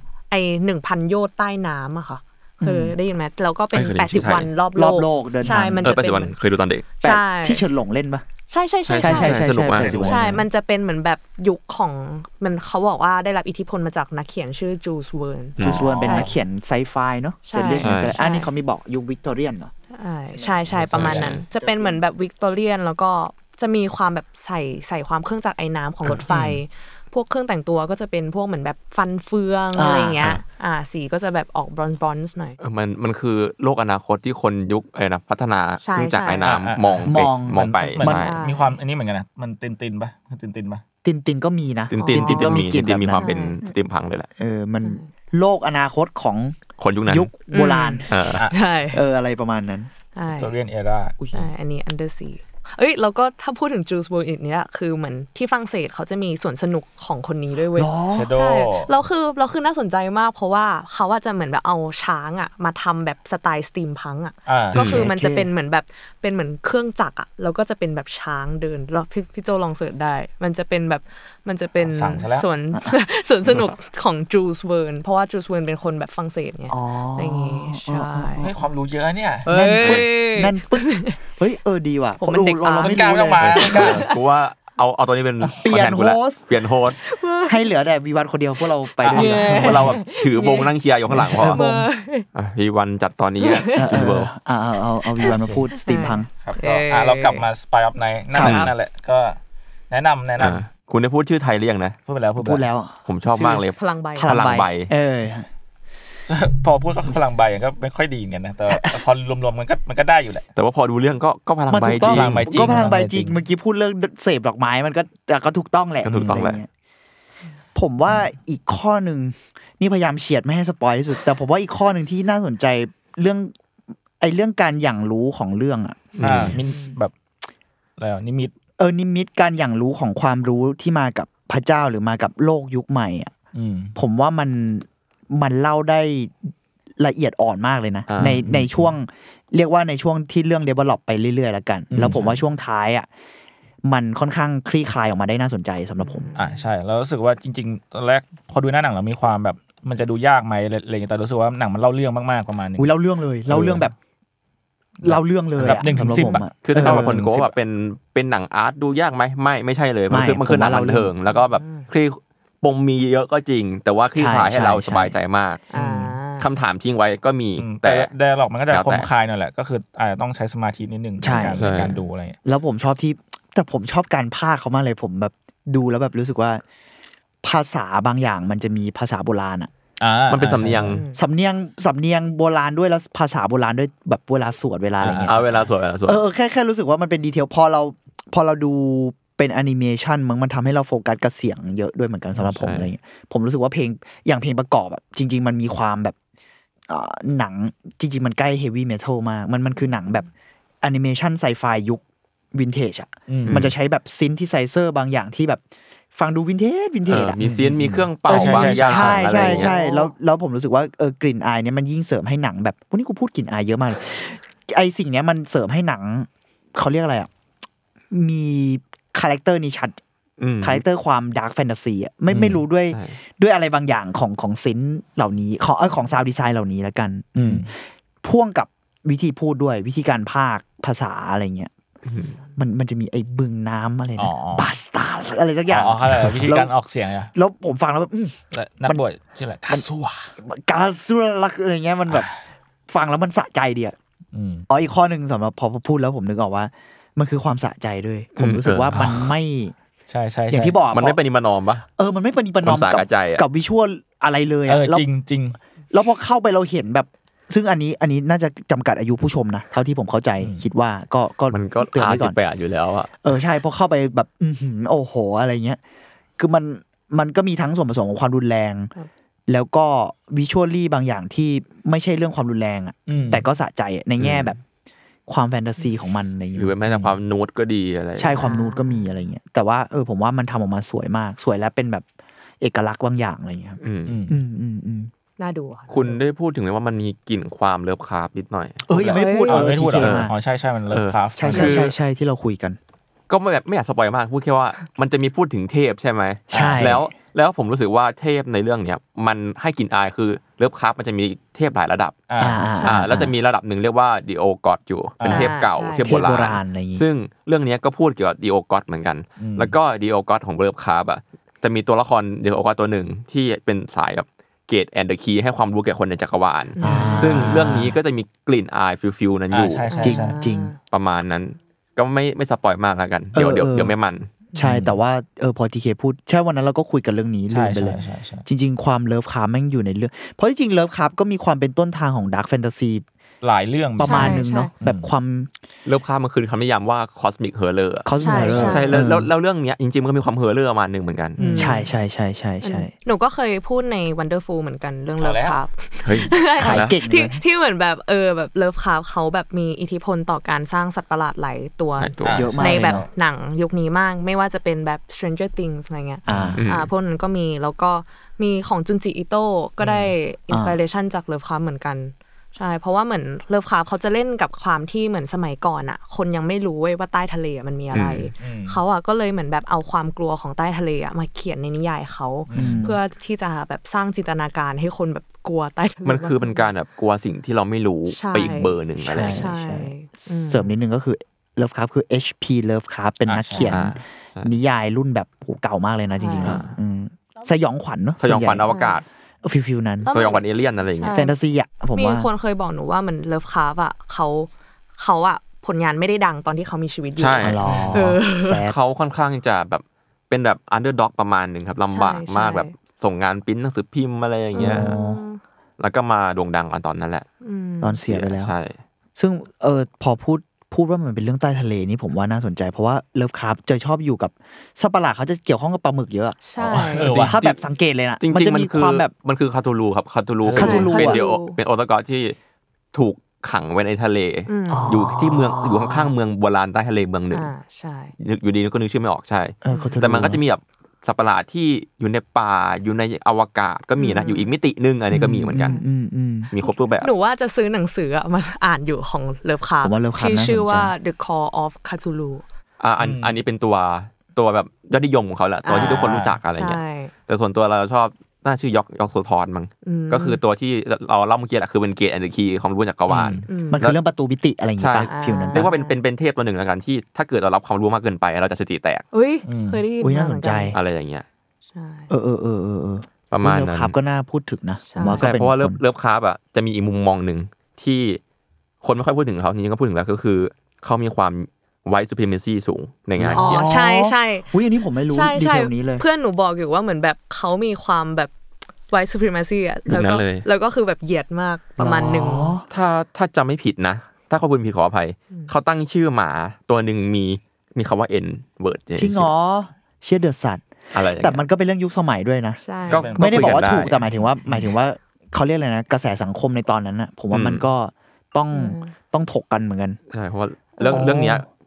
1,000 โยชน์ใต้น้ำอะค่ะเคยได้ยินไหมแล้วก็เป็น80 วันรอบโลกใช่มันจะเป็น80 วันเคยดูตอนเด็กที่เฉินหลงเล่นปะใช่สนุกมากใช่มันจะเป็นเหมือนแบบยุคของมันเขาบอกว่าได้รับอิทธิพลมาจากนักเขียนชื่อจูสเวิร์นเป็นนักเขียนไซไฟเนาะจะเรียกอันนี้เขามีบอกยุควิกตอเรียนเหรอใช่ประมาณนั้นจะเป็นเหมือนแบบวิกตอเรียนแล้วก็จะมีความแบบใส่ความเครื่องจักรไอ้น้ำของรถไฟพวกเครื่องแต่งตัวก็จะเป็นพวกเหมือนแบบฟันเฟืองอะไรเงี้ยสีก็จะแบบออกบรอนซ์หน่อยมันคือโลกอนาคตที่คนยุคอะไรนะพัฒนาเครื่องจักรไอ้น้ำมองไปมีความอันนี้เหมือนกันนะมันตินป่ะตินก็มีนะตินมีความเป็นสตรีมพังเลยแหละมันโลกอนาคตของคนยุคนั้นยุคโบราณใช่อะไรประมาณนั้นโซเวียตเอราอันนี้ Underseaแล้วก็ถ้าพูดถึงจูสเวิร์นอีกเนี้ยคือเหมือนที่ฝรั่งเศสเขาจะมีสวนสนุกของคนนี้ด้วยเว้ยใช่เราคือน่าสนใจมากเพราะว่าเขาว่าจะเหมือนแบบเอาช้างอ่ะมาทำแบบสไตล์สตรีมพังอ่ะก็คือมันจะเป็นเหมือนแบบเป็นเหมือนเครื่องจักรอ่ะแล้วก็จะเป็นแบบช้างเดินแล้วพี่โจลองเสิร์ชได้มันจะเป็นสวนสนุกของจูสเวิร์นเพราะว่าจูสเวิร์นเป็นคนแบบฝรั่งเศสไงอะไรอย่างงี้ใช่ให้ความรู้เยอะเนี่ยนั่นปึ๊บเฮ้ยดีว่ะผมมันเด็กเราไม่รู้เลยกูว่าเอาตัวนี้เป็นเปลี่ยนโฮสให้เหลือแต่วีวันคนเดียวพวกเราไปด้วยพวกเราแบบถือวงนั่งเชียร์อยู่ข้างหลังพอวีวันจัดตอนนี้เอาวีวันมาพูดสตรีมพังครับเรากลับมา Spy of Night นั่นแหละก็แนะนำคุณได้พูดชื่อไทยหรือยังนะพูดแล้วผมชอบมากเลยพลังใบพอพูดก็พลังใบก็ไม่ค่อยดีเหมือนกันนะแต่พอรวมๆมันก็ได้อยู่แหละแต่ว่าพอดูเรื่องก็พลังใบจริงก็พลังใบจริงเมื่อกี้พูดเรื่องเสพดอกไม้มันก็ถูกต้องแหละผมว่าอีกข้อนึงนี่พยายามเฉียดไม่ให้สปอยที่สุดแต่ผมว่าอีกข้อนึงที่น่าสนใจเรื่องการหยั่งรู้ของเรื่องมินแบบอะไรนิมิตการหยั่งรู้ของความรู้ที่มากับพระเจ้าหรือมากับโลกยุคใหม่ผมว่ามันเล่าได้ละเอียดอ่อนมากเลยนะในช่วงเรียกว่าในช่วงที่เรื่อง develop ไปเรื่อยๆแล้วกันแล้วผมว่าช่วงท้ายมันค่อนข้างคลี่คลายออกมาได้น่าสนใจสำหรับผมใช่แล้วรู้สึกว่าจริงๆตอนแรกพอดูหน้าหนังแล้วมีความแบบมันจะดูยากไหมอะไรอย่างเงี้ยแต่รู้สึกว่าหนังมันเล่าเรื่องมากๆประมาณนึงเล่าเรื่องเลยเล่าเแบบ1-10 คือถ้าบางคนก็ว่าเป็นหนังอาร์ตดูยากไหมไม่ใช่เลยมันคือหนังบันเทิงแล้วก็แบบปมมีเยอะก็จริงแต่ว่าคลี่คลายให้เราสบายใจมากคำถามทิ้งไว้ก็มีแต่ไดอะล็อกมันก็จะคมคายนั่นแหละก็คืออาจจะต้องใช้สมาธินิดนึงในการดูอะไรแล้วผมชอบการพากย์เขามากเลยผมแบบดูแล้วแบบรู้สึกว่าภาษาบางอย่างมันจะมีภาษาโบราณมันเป็นสำเนียงโบราณด้วยแล้วภาษาโบราณด้วยแบบเวลาสวดเวลาอะไรเงี้ยเวลาสวดแค่รู้สึกว่ามันเป็นดีเทลพอเราดูเป็นแอนิเมชันมันทำให้เราโฟกัสกับเสียงเยอะด้วยเหมือนกันสำหรับผมอะไรเงี้ยผมรู้สึกว่าเพลงประกอบแบบจริงๆมันมีความแบบหนังจริงๆมันใกล้เฮฟวี่เมทัลมากมันคือหนังแบบแอนิเมชันไซไฟยุควินเทจมันจะใช้แบบซินธิไซเซอร์บางอย่างที่แบบฟังดูวินเทจอ่ะมีซีนมีเครื่องเป่าบางอย่างอะไรอย่างเงี้ยใช่แล้วผมรู้สึกว่ากลิ่นอายเนี่ยมันยิ่งเสริมให้หนังแบบวันนี้กูพูดกลิ่นอายเยอะมากไอสิ่งเนี้ยมันเสริมให้หนังเขาเรียกอะไรอ่ะมีคาแรคเตอร์นี้ชัดคาแรคเตอร์ความดาร์กแฟนตาซีอ่ะไม่รู้ด้วยอะไรบางอย่างของซินเหล่านี้ของซาวด์ดีไซน์เหล่านี้แล้วกันพ่วงกับวิธีพูดด้วยวิธีการพากย์ภาษาอะไรเงี้ยมันจะมีไอ้บึงน้ำอะไรนะบาสตาร์อะไรสักอย่างวิธีการออกเสียงอ่ะแล้วผมฟังแล้วแบบนักบวชชื่ออะไรกาซัวลักอะไรเงี้ยมันแบบฟังแล้วมันสะใจดีอ่ะอีกข้อนึงสำหรับพอพูดแล้วผมนึกออกว่ามันคือความสะใจด้วยผมรู้สึกว่ามันไม่ใช่อย่างที่บอกมันไม่ปณิปนอมปะมันไม่ปณิปนอมกับวิชวลอะไรเลยอ่ะจริงแล้วพอเข้าไปเราเห็นแบบซึ่งอันนี้น่าจะจำกัดอายุผู้ชมนะเท่าที่ผมเข้าใจคิดว่าก็มันก็เตือนไว้ก่อน18อยู่แล้วอ่ะใช่พอเข้าไปแบบโอ้โหอะไรเงี้ยคือมันก็มีทั้งส่วนผสมของความรุนแรงแล้วก็วิชวลลี่บางอย่างที่ไม่ใช่เรื่องความรุนแรงอ่ะแต่ก็สะใจในแง่แบบความแฟนตาซีของมันอะไรเงี้ยหรือแม้แต่ความนูดก็ดีอะไรใช่ความนูดก็มีอะไรเงี้ยแต่ว่าผมว่ามันทำออกมาสวยมากสวยและเป็นแบบเอกลักษณ์บางอย่างอะไรเงี้ยน่าดูคุณได้พูดถึงไหมว่ามันมีกลิ่นความเลิฟคราฟนิดหน่อยยังไม่พูดใช่มันเลิฟคราฟใช่ที่เราคุยกันก็ไม่อยากสปอยมากพูดแค่ว่ามันจะมีพูดถึงเทพใช่ไหมใช่แล้วผมรู้สึกว่าเทพในเรื่องเนี้ยมันให้กลิ่นอายคือเลิฟคราฟมันจะมีเทพหลายระดับแล้วจะมีระดับหนึ่งเรียกว่าดีโอกอดอยู่เป็นเทพเก่าเทพโบราณซึ่งเรื่องนี้ก็พูดเกี่ยวกับดีโอกอดเหมือนกันแล้วก็ดีโอกอดของเลิฟคราฟอ่ะจะมีตัวละครดีโอกอดตัวหนึ่งที่เป็นสายแบบเกตแอนด์เดอะคีย์ให้ความรู้แก่คนในจักรวาลซึ่งเรื่องนี้ก็จะมีกลิ่นอายฟิลนั้นอยู่จริงประมาณนั้นก็ไม่สปอยมากแล้วกันเดี๋ยวไม่มันใช่แต่ว่าพอทีเคพูดใช่วันนั้นเราก็คุยกันเรื่องนี้ลืมไปเลยจริงๆความเลิฟคราฟแม่งอยู่ในเรื่องเพราะจริงๆเลิฟคราฟก็มีความเป็นต้นทางของดาร์กแฟนตาซีหลายเรื่องประมาณนึงเนาะแบบความเลิฟคราฟมันคือคำนิยามว่าคอสมิกเฮอร์เลอร์ใช่แล้วเรื่องเนี้ยจริงๆมันก็มีความเฮอร์เลอร์ประมาณนึงเหมือนกันใช่หนูก็เคยพูดใน Wonderful เหมือนกันเรื่องเลิฟคราฟขายเก่งที่เหมือนแบบแบบเลิฟคราฟเขาแบบมีอิทธิพลต่อการสร้างสัตว์ประหลาดหลายตัวในแบบหนังยุคนี้มากไม่ว่าจะเป็นแบบ Stranger Things อะไรเงี้ยพวกนั้นก็มีแล้วก็มีของจุนจิอิโต้ก็ได้อินสปิเรชันจากเลิฟคราฟเหมือนกันใช่เพราะว่าเหมือนเลิฟคราฟเขาจะเล่นกับความที่เหมือนสมัยก่อนอ่ะคนยังไม่รู้ว่าใต้ทะเลมันมีอะไรเขาอ่ะก็เลยเหมือนแบบเอาความกลัวของใต้ทะเลอ่ะมาเขียนในนิยายเขาเพื่อที่จะแบบสร้างจินตนาการให้คนแบบกลัวใต้ทะเลมันคือเป็นการแบบกลัวสิ่งที่เราไม่รู้ไปอีกเบอร์นึงอะไรใช่เสริมนิดนึงก็คือเลิฟคราฟคือ HP เลิฟคราฟเป็นนักเขียนนิยายรุ่นแบบเก่ามากเลยนะจริงๆแล้วสยองขวัญเนาะสยองขวัญอวกาศฟิลนั้นสยองขวัญเอเลี่ยนอะไรอย่างเงี้ยแฟนตาซีอ่ะผมว่ามีคนเคยบอกหนูว่ามันเลิฟคราฟอ่ะเขาอ่ะผลงานไม่ได้ดังตอนที่เขามีชีวิตอยู่ใช่เขาค่อนข้างจะแบบเป็นแบบอันเดอร์ด็อกประมาณนึงครับลำบากมากแบบส่งงานปริ้นหนังสือพิมพ์อะไรอย่างเงี้ยแล้วก็มาโด่งดังตอนนั้นแหละตอนเสียไปแล้วใช่ซึ่งพอพูดว่ามันเป็นเรื่องใต้ทะเลนี่ผมว่าน่าสนใจเพราะว่าเลิฟคราฟจะชอบอยู่กับสัตว์ประหลาดเขาจะเกี่ยวข้องกับปลาหมึกเยอะใช่ถ้าแบบสังเกตเลยนะมันจะมีความแบบมันคือคาตูลูครับคาตูลูเป็นโอตากอที่ถูกขังไว้ในทะเลอยู่ที่เมืองอยู่ข้างๆเมืองโบราณใต้ทะเลเมืองหนึ่งใช่อยู่ดีก็นึกชื่อไม่ออกใช่แต่มันก็จะมีแบบสัตว์ประหลาดที่อยู่ในป่าอยู่ในอวกาศก็มีนะอยู่อีกมิตินึงอันนี้ก็มีเหมือนกันมีครบตัวแบบหนูว่าจะซื้อหนังสือมาอ่านอยู่ของเลิฟคราฟที่ชื่อว่า The Call of Cthulhu อันนี้เป็นตัวแบบยอดนิยมของเขาแหละตัวที่ทุกคนรู้จักอะไรเงี้ยแต่ส่วนตัวเราชอบน่าชื่อยอกโซทอนมั้งก็คือตัวที่เราเล่าเมื่อกี้แหละคือเป็นเกตแอนด์คีย์ของรู้จักจักรวาลมันคือเรื่องประตูมิติอะไรอย่างเงี้ยฟิลนั้นเรียกว่าเป็นเทพตัวหนึ่งแล้วกันที่ถ้าเกิดเรารับความรู้มากเกินไปเราจะสติแตกเคยได้ยินน่าสนใจอะไรอย่างเงี้ยใช่ประมาณนั้นเลิฟคราฟก็น่าพูดถึงนะใช่เพราะว่าเลิฟคราฟอ่ะจะมีอีกมุมมองนึงที่คนไม่ค่อยพูดถึงเขาจริงๆก็พูดถึงแล้วก็คือเขามีความwhite supremacy สูงในงานเขียนใช่ๆอุ๊ยอันนี้ผมไม่รู้ดีเทลนี้เลยเพื่อนหนูบอกอยู่ว่าเหมือนแบบเขามีความแบบ white supremacy อ่ะแล้วก็คือแบบเหยียดมากประมาณนึงถ้าจำไม่ผิดนะถ้าข้อมูลผิดขออภัยเขาตั้งชื่อหมาตัวนึงมีคำว่า N word จริงเหรอเชื่อเดือดสัตว์แต่มันก็เป็นเรื่องยุคสมัยด้วยนะก็ไม่ได้บอกว่าถูกแต่หมายถึงว่าเขาเรียกอะไรนะกระแสสังคมในตอนนั้นน่ะผมว่ามันก็ต้องถกกันเหมือนกันใช่เพราะว่าเรื่องเนี้ย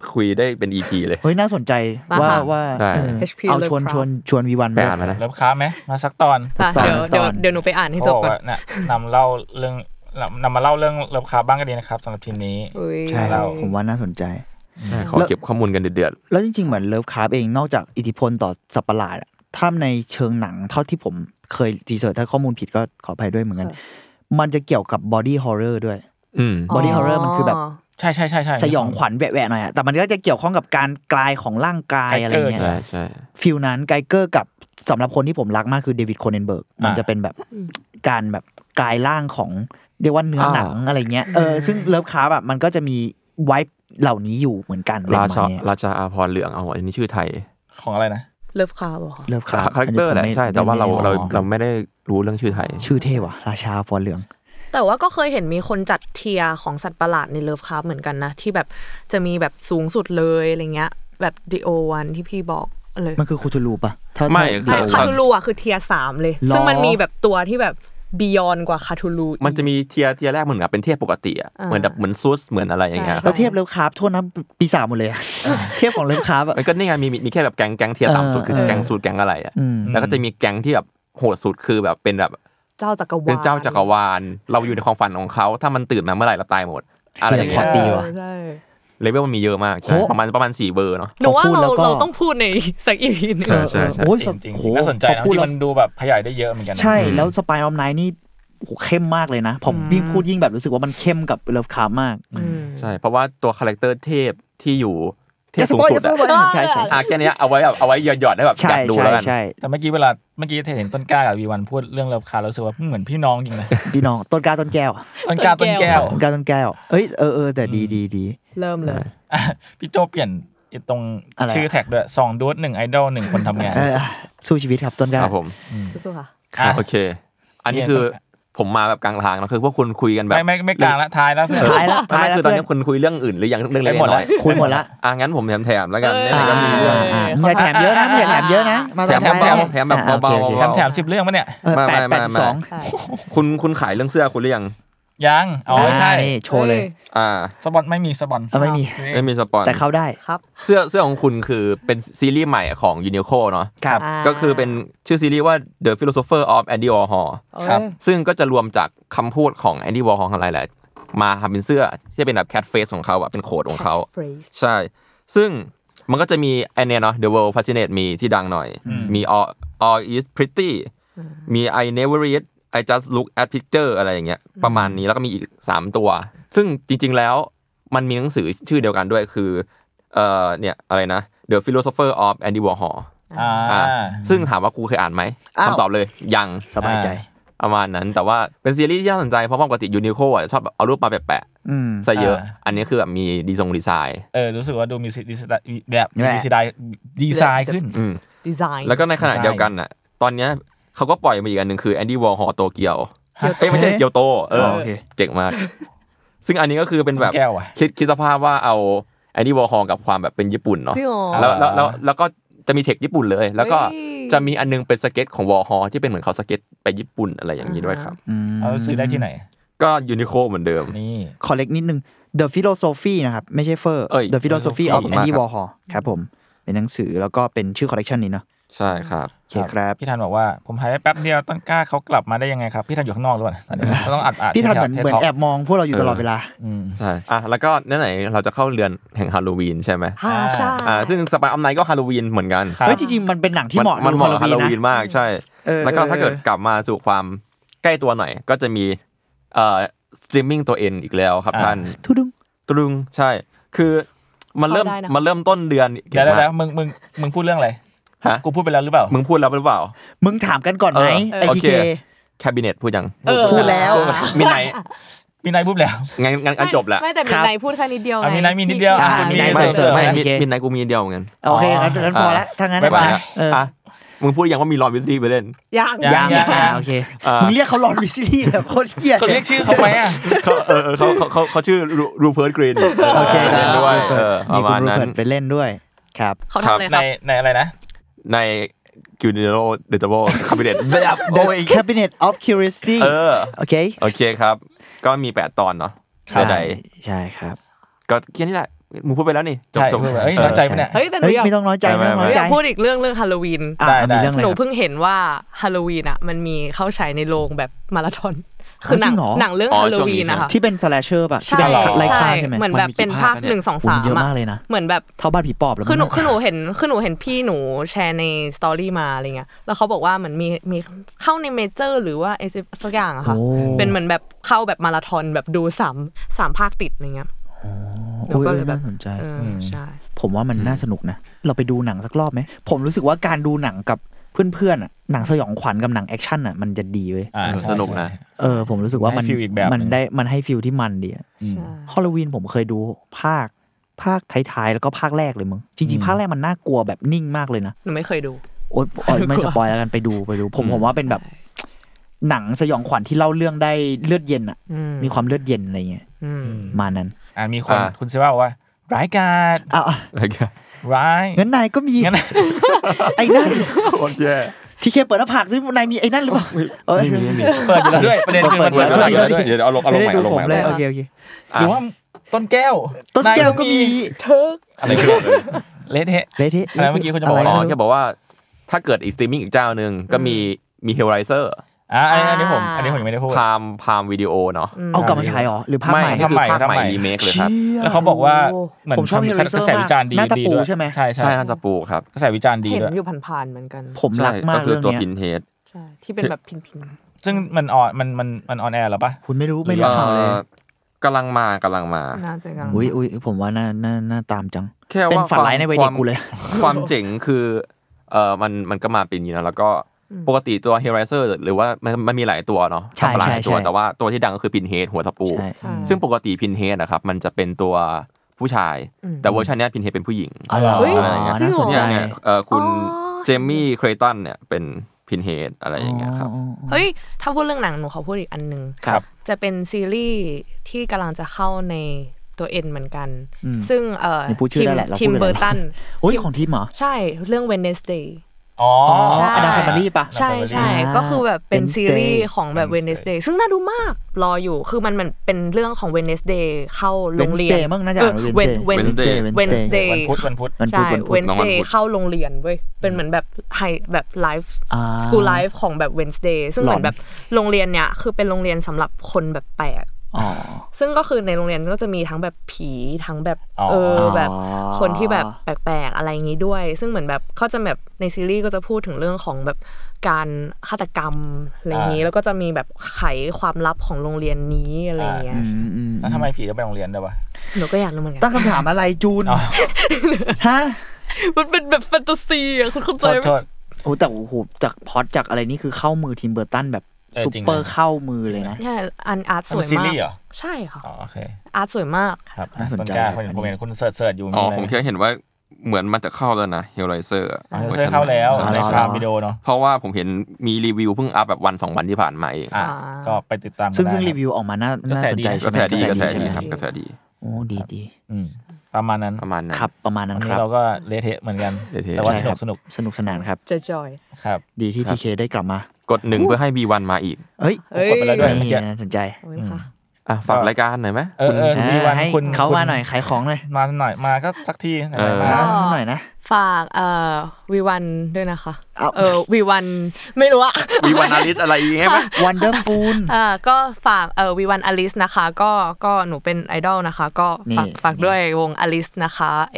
คุยได้เป็น EP เลยเฮ้ยน่าสนใจว่าเอาชวนวีวันไปอ่านมานะเลิฟคราฟมั้ยมาสักตอนเดี๋ยวหนูไปอ่านให้จบก่อนเนี่ยนำมาเล่าเรื่องเลิฟคราฟบ้างก็ดีนะครับสำหรับทีมนี้ใช่ผมว่าน่าสนใจขอเก็บข้อมูลกันเดือดๆแล้วจริงๆเหมือนเลิฟคราฟเองนอกจากอิทธิพลต่อสัตว์ประหลาดถ้าในเชิงหนังเท่าที่ผมเคยรีเสิร์ชถ้าข้อมูลผิดก็ขออภัยด้วยเหมือนกันมันจะเกี่ยวกับบอดี้ฮอร์เรอร์ด้วยบอดี้ฮอร์เรอร์มันคือแบบใช่ๆๆสยองขวัญแหวะๆหน่อยแต่มันก็จะเกี่ยวข้องกับการกลายของร่างกายอะไรเงี้ยใช่ฟิลนั้นไกเกอร์กับสำหรับคนที่ผมรักมากคือเดวิดโคเนนเบิร์กมันจะเป็นแบบการแบบกลายร่างของเรียกว่าเนื้อหนังอะไรเงี้ยซึ่งเลิฟคราฟมันก็จะมีไวท์เหล่านี้อยู่เหมือนกันราชาอาภรณ์เหลืองอันนี้ชื่อไทยของอะไรนะเลิฟคราฟเหรอเลิฟคราฟคาแรคเตอร์แหละใช่แต่ว่าเราไม่ได้รู้เรื่องชื่อไทยชื่อเท่ว่ะราชาอาภรณ์เหลืองแต่ว่าก็เคยเห็นมีคนจัดเทียร์ของสัตว์ประหลาดในเลิฟคราฟเหมือนกันนะที่แบบจะมีแบบสูงสุดเลยอะไรเงี้ยแบบดิโอวันที่พี่บอกเลยมันคือคูทูลูป่ะไม่คาทูลูคือเทียร์3เลยซึ่งมันมีแบบตัวที่แบบบียอนกว่าคาทูลูมันจะมีเทียร์แรกเหมือนกับเป็นเทพปกติอ่ะเหมือนซุสเหมือนอะไรอย่างเงี้ยแล้วเทียบเลิฟคราฟโทษนะปีศาจหมดเลยเทียบของเลิฟคราฟมันก็นี่ไงมีแค่แบบแก๊งเทียร์ต่ำสุดคือแก๊งสูตรแก๊งอะไรอ่ะแล้วก็จะมีแก๊งที่แบบโหดสุดคือแบบเป็นแบบเจ้าจักรวาลเป็นเจ้าจักรวาลเราอยู่ในความฝันของเขาถ้ามันตื่นมาเมื่อไหร่เราตายหมดอะไรอย่างเงี้ยดีว่ะเลเวลมันมีเยอะมากใช่ประมาณ4เบอร์เนาะหนูว่าเราต้องพูดในสัก EP นึงใช่โอ้ยจริงๆน่าสนใจนะที่มันดูแบบขยายได้เยอะเหมือนกันใช่แล้วสไปร์ออฟไนท์นี่เข้มมากเลยนะผมยิ่งพูดยิ่งแบบรู้สึกว่ามันเข้มกับเลิฟคราฟมากใช่เพราะว่าตัวคาแรคเตอร์เทพที่อยู่เทพสูงสุดใช่แค่นี้เอาไว้หยอดได้แบบอยากดูแล้วกันแต่เมื่อกี้เห็นต้นกล้ากับวีวันพูดเรื่องเลิฟคราฟแล้วรู้สึกว่าเหมือนพี่น้องจริงนะพี่น้องต้นกล้าต้นแก้วเอ้ยแต่ดีเริ่มเลยพี่โจเปลี่ยนตรงชื่อแท็กด้วย2ดูด1ไอดอล1คนทำงานสู้ชีวิตครับต้นกล้าครับผมสู้ค่ะโอเคอันนี้คือผมมาแบบกลางทางนะคือพวกคุณคุยกันแบบไม่กลางละท้ายแล้วไม่คือตอนนี้คุณคุยเรื่องอื่นหรือยังเรื่องเล็กน้อยคุยหมดละงั้นผมแถมแล้วกันนี่ก็มีเรื่องอย่าแถมเยอะนะอย่าแถมเยอะนะมาแถมแบบเบาๆแถม10เรื่องมั้ยเนี่ย 82 คุณขายเรื่องเสื้อคุณหรือยังยังใช่นี่โชว์เลยสปอนไม่มีสปอนไม่มีสปอนแต่เข้าได้ครับเสื้อของคุณคือเป็นซีรีส์ใหม่ของ Uniqlo เนาะก็คือเป็นชื่อซีรีส์ว่า The Philosopher of Andy Warhol ครับซึ่งก็จะรวมจากคำพูดของ Andy Warhol ทั้งหลายแหละมาทำเป็นเสื้อที่เป็นแบบ cat face ของเขาเป็นโค้ดของเขาใช่ซึ่งมันก็จะมีไอเนี้ยเนาะ The World Fascinates Me ที่ดังหน่อยมี All is Pretty มี I Never Read I just look at picture อะไรอย่างเงี้ยประมาณนี้แล้วก็มีอีก3ตัวซึ่งจริงๆแล้วมันมีหนังสือชื่อเดียวกันด้วยคือเนี่ยอะไรนะ The Philosopher of Andy Warhol ซึ่งถามว่ากูเคยอ่านไหมคำตอบเลยยังสบายใจประมาณนั้นแต่ว่าเป็นซีรีส์ที่น่าสนใจเพราะปกติ Uniqlo อ่ะชอบเอารูปมาแปะๆซะเยอะอันนี้คือแบบมีดีไซน์รู้สึกว่าดูมีแบบดีไซน์ขึ้นดีไซน์แล้วก็ในขณะเดียวกันน่ะตอนเนี้ยเขาก็ปล่อยมาอีกอันนึงคือแอนดี้วอร์ฮอลโตเกียวไม่ใช่เกียวโตเจ๋งมากซึ่งอันนี้ก็คือเป็นแบบคิดสภาพว่าเอาแอนดี้วอร์ฮอลกับความแบบเป็นญี่ปุ่นเนาะแล้วก็จะมีเทคญี่ปุ่นเลยแล้วก็จะมีอันนึงเป็นสเก็ตของวอร์ฮอลที่เป็นเหมือนเขาสเก็ตไปญี่ปุ่นอะไรอย่างนี้ด้วยครับเอาซื้อได้ที่ไหนก็ยูนิโคเหมือนเดิมนี่ขอเล็กนิดนึง The Philosophy นะครับไม่ใช่The Philosophy of Andy Warhol ครับผมเป็นหนังสือแล้วก็เป็นชื่อคอลเลคชันนี้เนาะใช่ครับโอเคครับพี่ธันบอกว่าผมหายไปแป๊บเดียวต้นกล้าเขากลับมาได้ยังไงครับพี่ธันอยู่ข้างนอกด้วยตอนนี้ต้องอัดพี่ธันเหมือนแอบมองพวกเราอยู่ตลอดเวลาใช่แล้วก็ไหนเราจะเข้าเดือนแห่งฮาโลวีนใช่ไหมใช่ซึ่งสไปร์ออฟไนท์ก็ฮาโลวีนเหมือนกันเฮ้ยจริงๆมันเป็นหนังที่เหมาะมันเหมาะฮาโลวีนมากใช่แล้วก็ถ้าเกิดกลับมาสู่ความใกล้ตัวหน่อยก็จะมีสตรีมมิ่งตัวเองอีกแล้วครับท่านตุดุงใช่คือมันเริ่มต้นเดือนเดี๋ยวมึงพูดเรื่องอะไรกูพูดไปแล้วหรือเปล่ามึงพูดแล้วหรือเปล่ามึงถามกันก่อนไหมไอทีเคแคบิเนตพูดยังพูดแล้วมีไหนพูดแล้วงั้นจบแล้วไม่แต่มีไหนพูดแค่นิดเดียวมีไหนมีนิดเดียวมีไหนเสริมมีไหนกูมีเดียวเหมือนกันโอเคงั้นพอแล้วถ้างั้นไปมึงพูดยังว่ามีรอนวิสลี่ไปเล่นยังโอเคมึงเรียกเขารอนวิสลี่แบบโคตรเหี้ยเขาเรียกชื่อเขาไหมอ่ะเขาชื่อรูเพิร์ตกรีนโอเคเล่นด้วยประมาณนั้นไปเล่นด้วยครับเขาทำอะไรครับในอะไรนะในUniqlo Detachable Cabinet แบบโอ้ย Cabinet of Curiosity โอเคครับก็มี8ตอนเนาะใช่ครับก็แค่นี้แหละมึงพูดไปแล้วนี่จบเฮ้ยน้อยใจมั้ยเนี่ยเฮ้ยแต่ไม่ต้องน้อยใจไม่ต้องน้อยใจพูดอีกเรื่องฮาโลวีนหนูเพิ่งเห็นว่าฮาโลวีนอ่ะมันมีเข้าฉายในโรงแบบมาราธอนคือหนังเรื่องฮาโลวีนนะคะที่เป็นสแลชเชอร์ป่ะที่เป็นไล่ฆ่าใช่มั้ยเหมือนแบบเป็นภาค1 2 3 เยอะมากเลยนะเหมือนแบบเท่าบ้านผีปอบแล้วคือหนูเห็นพี่หนูแชร์ในสตอรี่มาอะไรเงี้ยแล้วเขาบอกว่าเหมือนมีเข้าในเมเจอร์หรือว่าสักอย่างอะค่ะเป็นเหมือนแบบเข้าแบบมาราธอนแบบดู3ภาคติดอะไรเงี้ยเราก็เลยแบบสนใจใช่ผมว่ามันน่าสนุกนะเราไปดูหนังสักรอบไหมผมรู้สึกว่าการดูหนังกับเพื่อนๆอ่ะหนังสยองขวัญกับหนังแอคชั่นอ่ะมันจะดีเว้ยสนุกนะผมรู้สึกว่ามันให้ฟีลที่มันดีฮอลโลวีนผมเคยดูภาคท้ายๆแล้วก็ภาคแรกเลยมึงจริงๆภาคแรกมันน่ากลัวแบบนิ่งมากเลยนะหนูไม่เคยดูโอ๊ยไม่สปอยแล้วกันไปดูผมว่าเป็นแบบหนังสยองขวัญที่เล่าเรื่องได้เลือดเย็นอ่ะมีความเลือดเย็นอะไรเงี้ยมานั้นมีคนคุณซิว่าบอกว่าร้ายกาจร้ายงั้นนายก็มีไอ้นั่นโคตรแย่ที่เคเปิดหน้าผากซึ่งนายมีไอ้นั่นหรือเปล่าเปิดอยู่แล้วด้วยประเด็นคือมันเปิดอยู่แล้วด้วยเดี๋ยวเอาลงใหม่โอเคหรือว่าต้นแก้วก็มีเทิร์กอะไรคือเละเทะอะไรเมื่อกี้คุณจะบอกแค่บอกว่าถ้าเกิดอีกสตรีมมิ่งอีกเจ้านึงก็มีเฮลไรเซอร์อันนี้ผมยังไม่ได้พูดพามวิดีโอเนาะเอากลับมาฉายหรอหรือภาคใหม่คือภาคใหม่รีเมคเลยครับแล้วเขาบอกว่าเหมือนกระแสวิจารณ์ดีด้วยใช่ไหมใช่น่าจะปูครับกระแสวิจารณ์ดีด้วยเห็นอยู่ผ่านๆเหมือนกันผมรักมากเรื่องนี้ตัวพินเฮดใช่ที่เป็นแบบพินซึ่งมันออนแอร์หรอปะคุณไม่รู้ข่าวเลยกำลังมาน่าจะกำลังอุ้ยผมว่าน่าตามจังเป็นฝันร้ายในวัยเด็กกูเลยความเจ๋งคือมันก็มาเป็นอย่างนี้นะแล้วก็ปกติตัวเฮลไรเซอร์หรือว่ามันมีหลายตัวเนาะหลายตัวแต่ว่าตัวที่ดังก็คือพินเฮดหัวตะปูซึ่งปกติพินเฮดนะครับมันจะเป็นตัวผู้ชายแต่เวอร์ชันนี้พินเฮดเป็นผู้หญิงอะไรอย่างเงี้ยเนี่ยคุณเจมี่เครตันเนี่ยเป็นพินเฮดอะไรอย่างเงี้ยครับเฮ้ยถ้าพูดเรื่องหนังหนูขอพูดอีกอันนึงจะเป็นซีรีส์ที่กำลังจะเข้าในตัวเอ็นเหมือนกันซึ่งทีมเบอร์ตันของทีมเหรอใช่เรื่อง Wednesday อดัมแฟมิลี่ป่ะใช่ก็คือแบบเป็นซีรีส์ของแบบ Wednesday ซึ่งน่าดูมากรออยู่คือมันเป็นเรื่องของ Wednesday เข้าโรงเรียน Wednesday มั้งน่าจะ Wednesday วันพุธใช่ Wednesday เข้าโรงเรียนเว้ยเป็นเหมือนแบบแบบไลฟ์สกูลไลฟ์ของแบบ Wednesday ซึ่งเหมือนแบบโรงเรียนเนี่ยคือเป็นโรงเรียนสำหรับคนแบบแปลกซึ่งก็คือในโรงเรียนก็จะมีทั้งแบบผีทั้งแบบแบบคนที่แบบแปลกๆอะไรอย่างงี้ด้วยซึ่งเหมือนแบบเขาจะแบบในซีรีส์ก็จะพูดถึงเรื่องของแบบการฆาตกรรมอะไรอย่างงี้แล้วก็จะมีแบบไขความลับของโรงเรียนนี้อะไรอย่างเงี้ยแล้วทำไมผีก็ไปโรงเรียนด้วยวะหนูก็อยากรู้เหมือนกันตั้งคำถามอะไรจูนฮะมันเป็นแบบแฟนตาซีอ่ะคุณเข้าใจไหมโอ้แต่โอ้โหจากพอดจากอะไรนี่คือเข้ามือทีมเบอร์ตันแบบซุปเปอร์เข้ามือเลยนะใช่อาร์ตสวยมากใช่ค่ะโอเคอาร์ตสวยมากครับน่าสนใจผมเห็นคุณเสิร์ชอยู่ผมแค่เห็นว่าเหมือนมันจะเข้าแล้วนะเฮลไรเซอร์เข้าแล้วในคลาสวิดีโอเนาะเพราะว่าผมเห็นมีรีวิวเพิ่งอัพแบบวัน2วันที่ผ่านมาก็ไปติดตามซึ่งรีวิวออกมาน่าสนใจกระแสดีครับกระแสดีโอ้ดีประมาณนั้นครับประมาณนั้นครับเราก็เละเทะเหมือนกันแต่ว่าสนุกสนานครับจอยครับดีที่ทีเคได้กลับมากด1เพื่อให้ B1 มาอีกกดไปแล้วด้วยน่าสนใจฝากรายการหน่อยไหมให้เขามาหน่อยขายของหน่อยมาหน่อยมาก็สักทีมาหน่อยนะฝากV1 ด้วยนะคะV1 ไม่รู้อะ V1 Alice อะไรอย่างเงี้ยมั้ย Wonderful ก็ฝากV1 Alice นะคะก็หนูเป็นไอดอลนะคะก็ฝากด้วยวง Alice นะคะ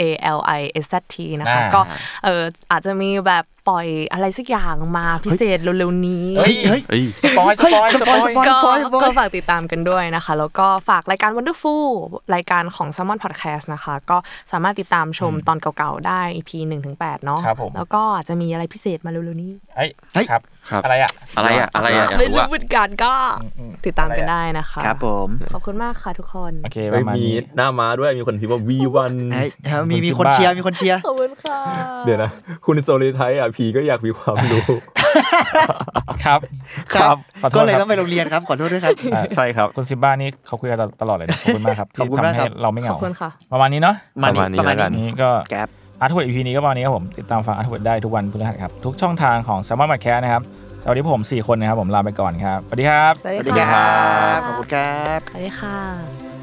ALISZT นะคะก็อาจจะมีแบบปล่อยอะไรสักอย่างมาพิเศษเร็วๆนี้สปอยก็ฝากติดตามกันด้วยนะคะแล้วก็ฝากรายการ Wonderful รายการของ Salmon Podcast นะคะก็สามารถติดตามชมตอนเก่าๆได้ EP 1-8 เนาะแล้วก็อาจจะมีอะไรพิเศษมาเร็วๆนี้ครับอะไรอ่ะไม่รู้เหมือนกันก็ติดตามกันได้นะคะครับผมขอบคุณมากค่ะทุกคนโอเคมีหน้าม้าด้วยมีคนพิมพ์ว่า V1 มีคนเชียร์ขอบคุณค่ะเดี๋ยวนะคุณโซลิไทยผีก็อยากมีความรู้ครับก็เลยต้องไปโรงเรียนครับขอโทษด้วยครับใช่ครับคุณซิบ้านี่เขาคุยกันตลอดเลยนะขอบคุณมากครับที่ทำให้เราไม่เหงาขอบคุณค่ะประมาณนี้เนาะประมาณนี้ก็อาร์ทเวิร์ด EP นี้ก็ประมาณนี้ครับผมติดตามฟังอาร์ทเวิร์ดได้ทุกวันพฤหัสครับทุกช่องทางของ Salmon Podcast นะครับสวัสดีผม4คนนะครับผมลาไปก่อนครับสวัสดีครับสวัสดีครับขอบคุณครับสวัสดีค่ะ